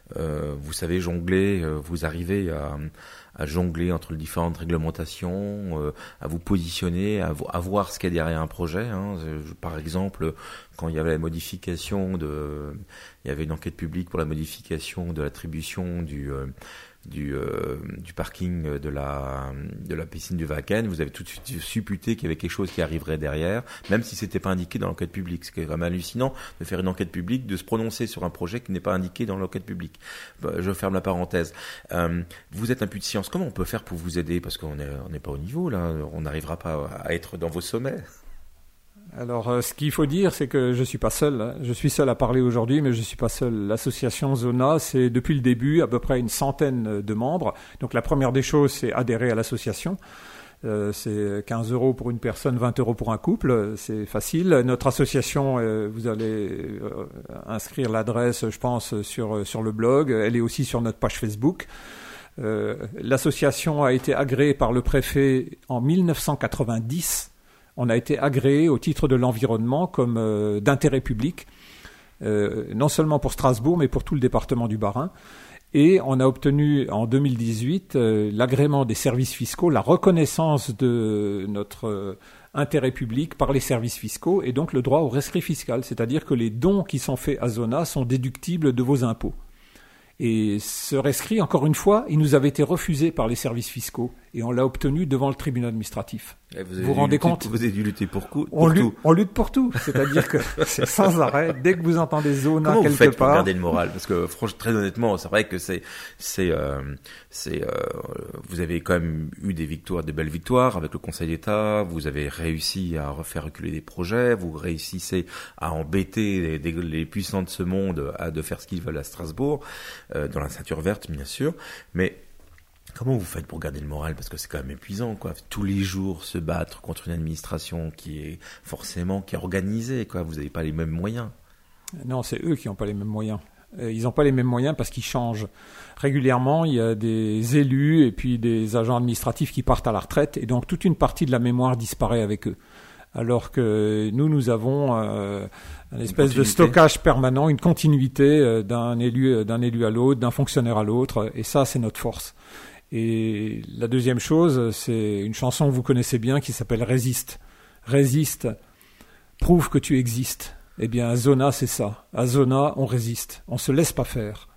euh, vous savez jongler, euh, vous arrivez à, à jongler entre les différentes réglementations, euh, à vous positionner, à, à voir ce qu'il y a derrière un projet. Hein. Je, par exemple, quand il y avait la modification de, il y avait une enquête publique pour la modification de l'attribution du euh, du, euh, du parking de la de la piscine du Wacken, vous avez tout de suite supputé qu'il y avait quelque chose qui arriverait derrière, même si c'était pas indiqué dans l'enquête publique. C'est quand même hallucinant de faire une enquête publique, de se prononcer sur un projet qui n'est pas indiqué dans l'enquête publique. Je ferme la parenthèse. Euh, vous êtes un puits de science. Comment on peut faire pour vous aider? Parce qu'on est on n'est pas au niveau là, on n'arrivera pas à être dans vos sommets. Alors, euh, ce qu'il faut dire, c'est que je suis pas seul. Hein. Je suis seul à parler aujourd'hui, mais je suis pas seul. L'association Zona, c'est depuis le début à peu près une centaine de membres. Donc, la première des choses, c'est adhérer à l'association. Euh, c'est quinze euros pour une personne, vingt euros pour un couple. C'est facile. Notre association, euh, vous allez euh, inscrire l'adresse, je pense, sur sur le blog. Elle est aussi sur notre page Facebook. Euh, l'association a été agréée par le préfet en dix-neuf cent quatre-vingt-dix. On a été agréé au titre de l'environnement comme euh, d'intérêt public, euh, non seulement pour Strasbourg, mais pour tout le département du Bas-Rhin. Et on a obtenu en deux mille dix-huit euh, l'agrément des services fiscaux, la reconnaissance de notre euh, intérêt public par les services fiscaux et donc le droit au rescrit fiscal, c'est-à-dire que les dons qui sont faits à Zona sont déductibles de vos impôts. Et ce rescrit, encore une fois, il nous avait été refusé par les services fiscaux et on l'a obtenu devant le tribunal administratif. Vous vous vous rendez lutter, compte? Vous avez dû lutter pour, coup, pour on lutte, tout. On lutte pour tout. C'est-à-dire que c'est sans arrêt. Dès que vous entendez Zona Comment quelque vous faites part. pour garder le moral? Parce que franchement, très honnêtement, c'est vrai que c'est, c'est, euh, c'est, euh, vous avez quand même eu des victoires, de belles victoires avec le Conseil d'État. Vous avez réussi à refaire reculer des projets. Vous réussissez à embêter les, les puissants de ce monde à de faire ce qu'ils veulent à Strasbourg, euh, dans la ceinture verte, bien sûr. Mais comment vous faites pour garder le moral? Parce que c'est quand même épuisant, quoi. Tous les jours se battre contre une administration qui est forcément, qui est organisée, quoi. Vous n'avez pas les mêmes moyens. Non, c'est eux qui n'ont pas les mêmes moyens. Ils n'ont pas les mêmes moyens parce qu'ils changent. Régulièrement, il y a des élus et puis des agents administratifs qui partent à la retraite et donc toute une partie de la mémoire disparaît avec eux. Alors que nous, nous avons euh, une espèce de stockage permanent, une continuité euh, d'un élu, d'un élu à l'autre, d'un fonctionnaire à l'autre, et ça, c'est notre force. Et la deuxième chose, c'est une chanson que vous connaissez bien qui s'appelle « Résiste ». Résiste, prouve que tu existes. Eh bien, à Zona, c'est ça. À Zona, on résiste. On se laisse pas faire.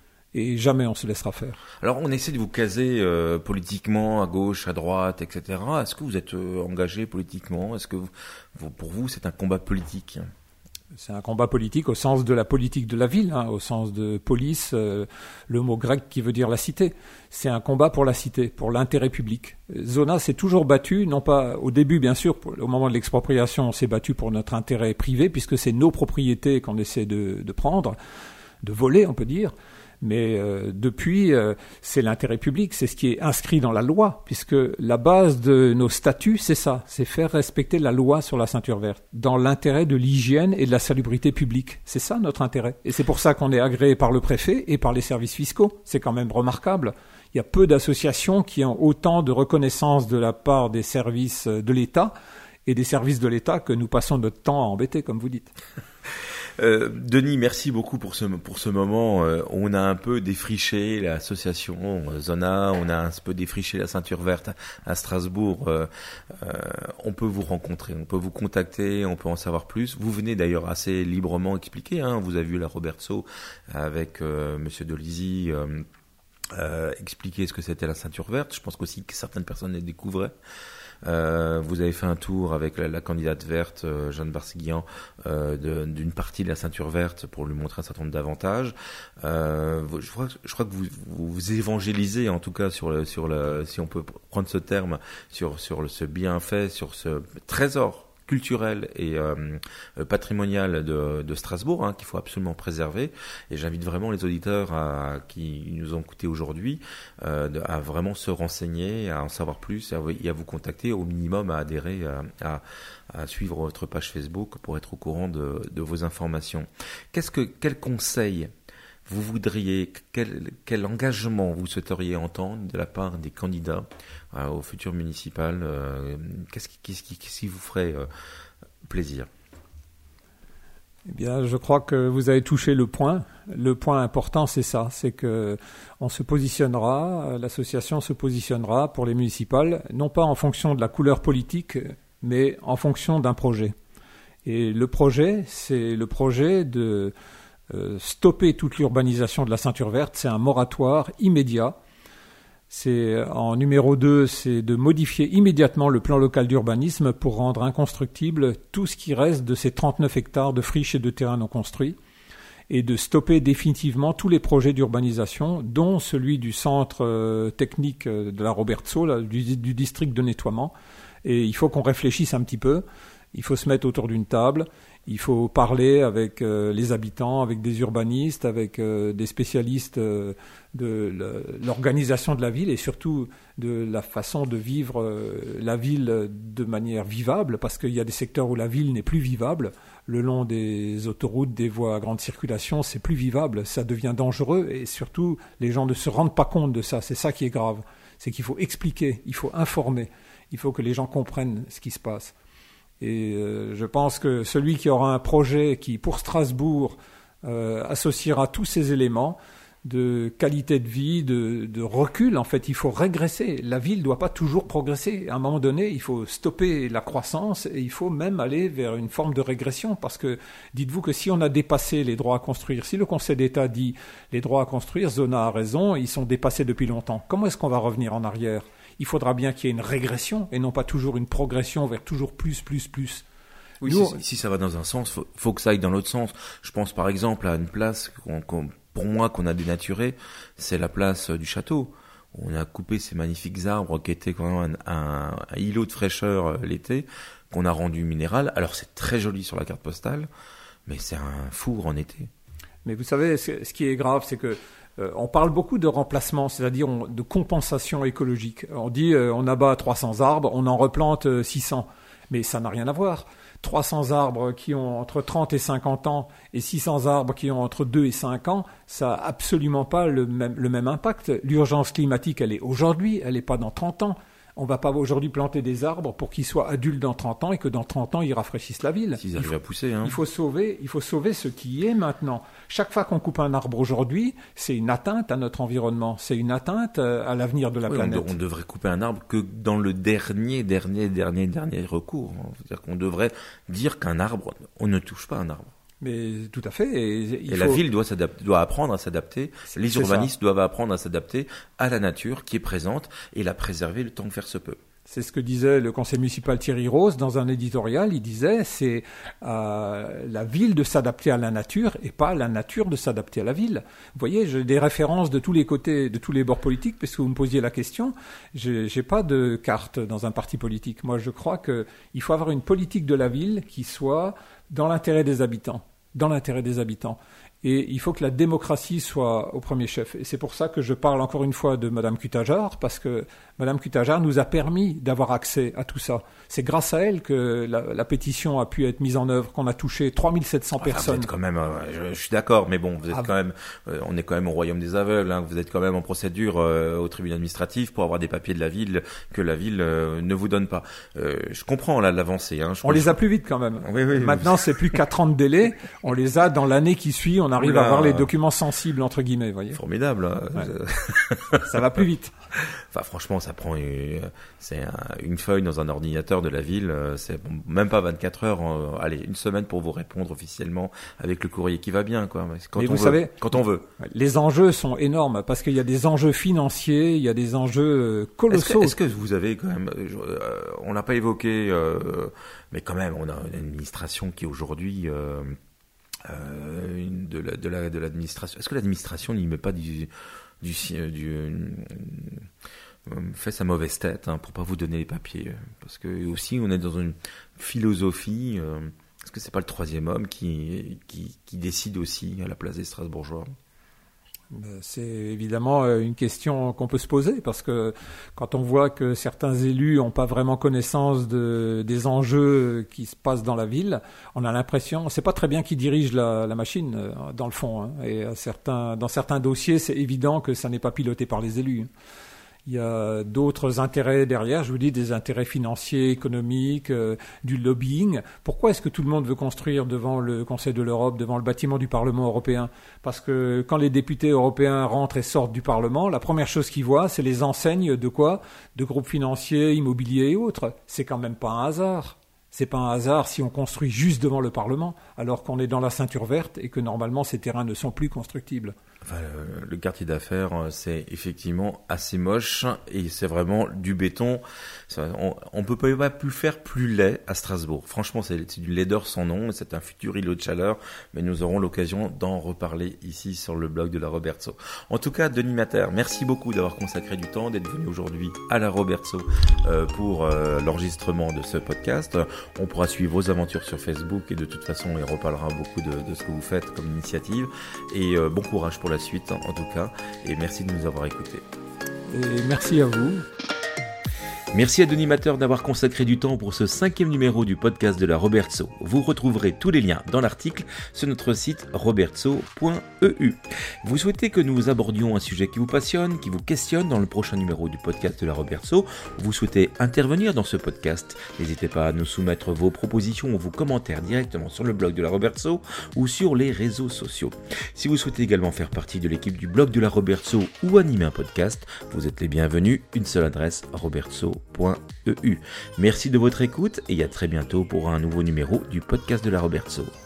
Et jamais on se laissera faire. Alors, on essaie de vous caser euh, politiquement, à gauche, à droite, et cetera. Est-ce que vous êtes euh, engagé politiquement? Est-ce que vous, vous, pour vous, c'est un combat politique? C'est un combat politique au sens de la politique de la ville, hein, au sens de police, euh, le mot grec qui veut dire la cité. C'est un combat pour la cité, pour l'intérêt public. Zona s'est toujours battu, non pas au début bien sûr, pour, au moment de l'expropriation, on s'est battu pour notre intérêt privé, puisque c'est nos propriétés qu'on essaie de, de prendre, de voler on peut dire. Mais euh, depuis, euh, c'est l'intérêt public, c'est ce qui est inscrit dans la loi, puisque la base de nos statuts, c'est ça, c'est faire respecter la loi sur la ceinture verte, dans l'intérêt de l'hygiène et de la salubrité publique. C'est ça notre intérêt. Et c'est pour ça qu'on est agréé par le préfet et par les services fiscaux. C'est quand même remarquable. Il y a peu d'associations qui ont autant de reconnaissance de la part des services de l'État et des services de l'État que nous passons notre temps à embêter, comme vous dites. Euh, Denis, merci beaucoup pour ce pour ce moment. Euh, on a un peu défriché l'association euh, Zona, on a un peu défriché la ceinture verte à, à Strasbourg. Euh, euh, on peut vous rencontrer, on peut vous contacter, on peut en savoir plus. Vous venez d'ailleurs assez librement expliquer. Hein, vous avez vu la Robertso avec euh, Monsieur Dolizy euh, euh, expliquer ce que c'était la ceinture verte. Je pense qu'aussi que certaines personnes les découvraient. Euh, vous avez fait un tour avec la, la candidate verte, euh, Jeanne Barseguian, euh, de, d'une partie de la ceinture verte pour lui montrer un certain nombre d'avantages. Euh, je, crois, je crois que vous, vous évangélisez, en tout cas, sur le, sur le, si on peut prendre ce terme, sur, sur le, ce bienfait, sur ce trésor culturel et euh, patrimonial de, de Strasbourg, hein, qu'il faut absolument préserver. Et j'invite vraiment les auditeurs à, qui nous ont écoutés aujourd'hui euh, de, à vraiment se renseigner, à en savoir plus à, et à vous contacter, au minimum à adhérer, à, à, à suivre votre page Facebook pour être au courant de, de vos informations. Qu'est-ce que, quel conseil vous voudriez, quel, quel engagement vous souhaiteriez entendre de la part des candidats euh, au futur municipal euh, qu'est-ce, qui, qu'est-ce, qui, qu'est-ce qui vous ferait euh, plaisir? Eh bien, je crois que vous avez touché le point. Le point important, c'est ça, c'est que on se positionnera, l'association se positionnera pour les municipales, non pas en fonction de la couleur politique, mais en fonction d'un projet. Et le projet, c'est le projet de euh, stopper toute l'urbanisation de la ceinture verte. C'est un moratoire immédiat. C'est, en numéro deux, c'est de modifier immédiatement le plan local d'urbanisme pour rendre inconstructible tout ce qui reste de ces trente-neuf hectares de friches et de terrains non construits et de stopper définitivement tous les projets d'urbanisation, dont celui du centre euh, technique de la Robertso, là, du, du district de nettoiement. Et il faut qu'on réfléchisse un petit peu. Il faut se mettre autour d'une table, il faut parler avec euh, les habitants, avec des urbanistes, avec euh, des spécialistes euh, de l'organisation de la ville et surtout de la façon de vivre euh, la ville de manière vivable, parce qu'il y a des secteurs où la ville n'est plus vivable. Le long des autoroutes, des voies à grande circulation, c'est plus vivable, ça devient dangereux et surtout les gens ne se rendent pas compte de ça. C'est ça qui est grave, c'est qu'il faut expliquer, il faut informer, il faut que les gens comprennent ce qui se passe. Et euh, je pense que celui qui aura un projet qui, pour Strasbourg, euh, associera tous ces éléments de qualité de vie, de, de recul, en fait, il faut régresser. La ville ne doit pas toujours progresser. À un moment donné, il faut stopper la croissance et il faut même aller vers une forme de régression. Parce que, dites-vous que si on a dépassé les droits à construire, si le Conseil d'État dit les droits à construire, Zona a raison, ils sont dépassés depuis longtemps, comment est-ce qu'on va revenir en arrière ? Il faudra bien qu'il y ait une régression et non pas toujours une progression vers toujours plus, plus, plus. Oui, Nous, si, si ça va dans un sens, faut, faut que ça aille dans l'autre sens. Je pense par exemple à une place qu'on, qu'on, pour moi qu'on a dénaturée, c'est la place du château. On a coupé ces magnifiques arbres qui étaient quand même un, un, un îlot de fraîcheur euh, l'été, qu'on a rendu minéral. Alors c'est très joli sur la carte postale, mais c'est un four en été. Mais vous savez, ce, ce qui est grave, c'est que Euh, on parle beaucoup de remplacement, c'est-à-dire on, de compensation écologique. On dit euh, on abat trois cents arbres, on en replante euh, six cents. Mais ça n'a rien à voir. trois cents arbres qui ont entre trente et cinquante ans et six cents arbres qui ont entre deux et cinq ans, ça n'a absolument pas le même, le même impact. L'urgence climatique, elle est aujourd'hui, elle n'est pas dans trente ans. On ne va pas aujourd'hui planter des arbres pour qu'ils soient adultes dans trente ans et que dans trente ans, ils rafraîchissent la ville. S'ils arrivent à pousser. Hein. Il faut sauver, il faut sauver ce qui est maintenant. Chaque fois qu'on coupe un arbre aujourd'hui, c'est une atteinte à notre environnement. C'est une atteinte à l'avenir de la oui, planète. On, on devrait couper un arbre que dans le dernier, dernier, dernier, dernier recours. C'est-à-dire qu'on devrait dire qu'un arbre, on ne touche pas un arbre. Mais tout à fait. Et, il et faut... la ville doit, doit apprendre à s'adapter. C'est, les c'est urbanistes ça. doivent apprendre à s'adapter à la nature qui est présente et la préserver le temps que faire se peut. C'est ce que disait le conseil municipal Thierry Rose dans un éditorial. Il disait c'est euh, la ville de s'adapter à la nature et pas la nature de s'adapter à la ville. Vous voyez, j'ai des références de tous les côtés, de tous les bords politiques, parce que vous me posiez la question. J'ai, j'ai pas de carte dans un parti politique. Moi, je crois que il faut avoir une politique de la ville qui soit dans l'intérêt des habitants, dans l'intérêt des habitants. Et il faut que la démocratie soit au premier chef. Et c'est pour ça que je parle encore une fois de Madame Cutajar, parce que Madame Cutajar nous a permis d'avoir accès à tout ça. C'est grâce à elle que la, la pétition a pu être mise en œuvre, qu'on a touché trois mille sept cents enfin, personnes. Vous êtes quand même, euh, je, je suis d'accord, mais bon, vous êtes ah, quand même, euh, on est quand même au royaume des aveugles. Hein, vous êtes quand même en procédure euh, au tribunal administratif pour avoir des papiers de la ville que la ville euh, ne vous donne pas. Euh, je comprends là l'avancée. Hein, je on les a plus vite quand même. Oui, oui, Maintenant, oui. c'est plus quatre ans de délai. On les a dans l'année qui suit. On arrive Oula, à avoir les documents sensibles entre guillemets. Voyez. Formidable. Hein. Ouais. Ça va plus vite. Enfin, franchement, ça prend une, c'est un, une feuille dans un ordinateur de la ville. C'est même pas vingt-quatre heures. Euh, allez, une semaine pour vous répondre officiellement avec le courrier qui va bien, quoi. Quand Mais on vous veut, savez, quand on veut. Les enjeux sont énormes parce qu'il y a des enjeux financiers, il y a des enjeux colossaux. Est-ce que, est-ce que vous avez quand même, euh, on l'a pas évoqué, euh, mais quand même, on a une administration qui aujourd'hui euh, euh, une, de, la, de, la, de l'administration. Est-ce que l'administration n'y met pas du du, du euh, fait sa mauvaise tête hein, pour pas vous donner les papiers, parce que aussi on est dans une philosophie. Euh, est-ce que c'est pas le troisième homme qui, qui qui décide aussi à la place des Strasbourgeois? C'est évidemment une question qu'on peut se poser parce que quand on voit que certains élus n'ont pas vraiment connaissance de, des enjeux qui se passent dans la ville, on a l'impression, on ne sait pas très bien qui dirige la, la machine dans le fond. Hein, et à certains, dans certains dossiers, c'est évident que ça n'est pas piloté par les élus. Il y a d'autres intérêts derrière, je vous dis, des intérêts financiers, économiques, euh, du lobbying. Pourquoi est-ce que tout le monde veut construire devant le Conseil de l'Europe, devant le bâtiment du Parlement européen ? Parce que quand les députés européens rentrent et sortent du Parlement, la première chose qu'ils voient, c'est les enseignes de quoi ? De groupes financiers, immobiliers et autres. C'est quand même pas un hasard. C'est pas un hasard si on construit juste devant le Parlement, alors qu'on est dans la ceinture verte et que normalement ces terrains ne sont plus constructibles. Enfin, le, le quartier d'affaires, c'est effectivement assez moche et c'est vraiment du béton. Ça, on, on peut pas plus faire plus laid à Strasbourg. Franchement, c'est, c'est du laideur sans nom. C'est un futur îlot de chaleur, mais nous aurons l'occasion d'en reparler ici sur le blog de la Robertso. En tout cas, Denis Matter, merci beaucoup d'avoir consacré du temps, d'être venu aujourd'hui à la Robertso euh, pour euh, l'enregistrement de ce podcast. On pourra suivre vos aventures sur Facebook et de toute façon, on y reparlera beaucoup de, de ce que vous faites comme initiative. Et euh, bon courage pour la suite en tout cas, et merci de nous avoir écoutés. Et merci à vous. Merci à Denis Matter d'avoir consacré du temps pour ce cinquième numéro du podcast de la Robertso. Vous retrouverez tous les liens dans l'article sur notre site robertso point e u. Vous souhaitez que nous abordions un sujet qui vous passionne, qui vous questionne dans le prochain numéro du podcast de la Robertso. Vous souhaitez intervenir dans ce podcast. N'hésitez pas à nous soumettre vos propositions ou vos commentaires directement sur le blog de la Robertso ou sur les réseaux sociaux. Si vous souhaitez également faire partie de l'équipe du blog de la Robertso ou animer un podcast, vous êtes les bienvenus. Une seule adresse, robertso point e u. Merci de votre écoute et à très bientôt pour un nouveau numéro du podcast de la Robertso.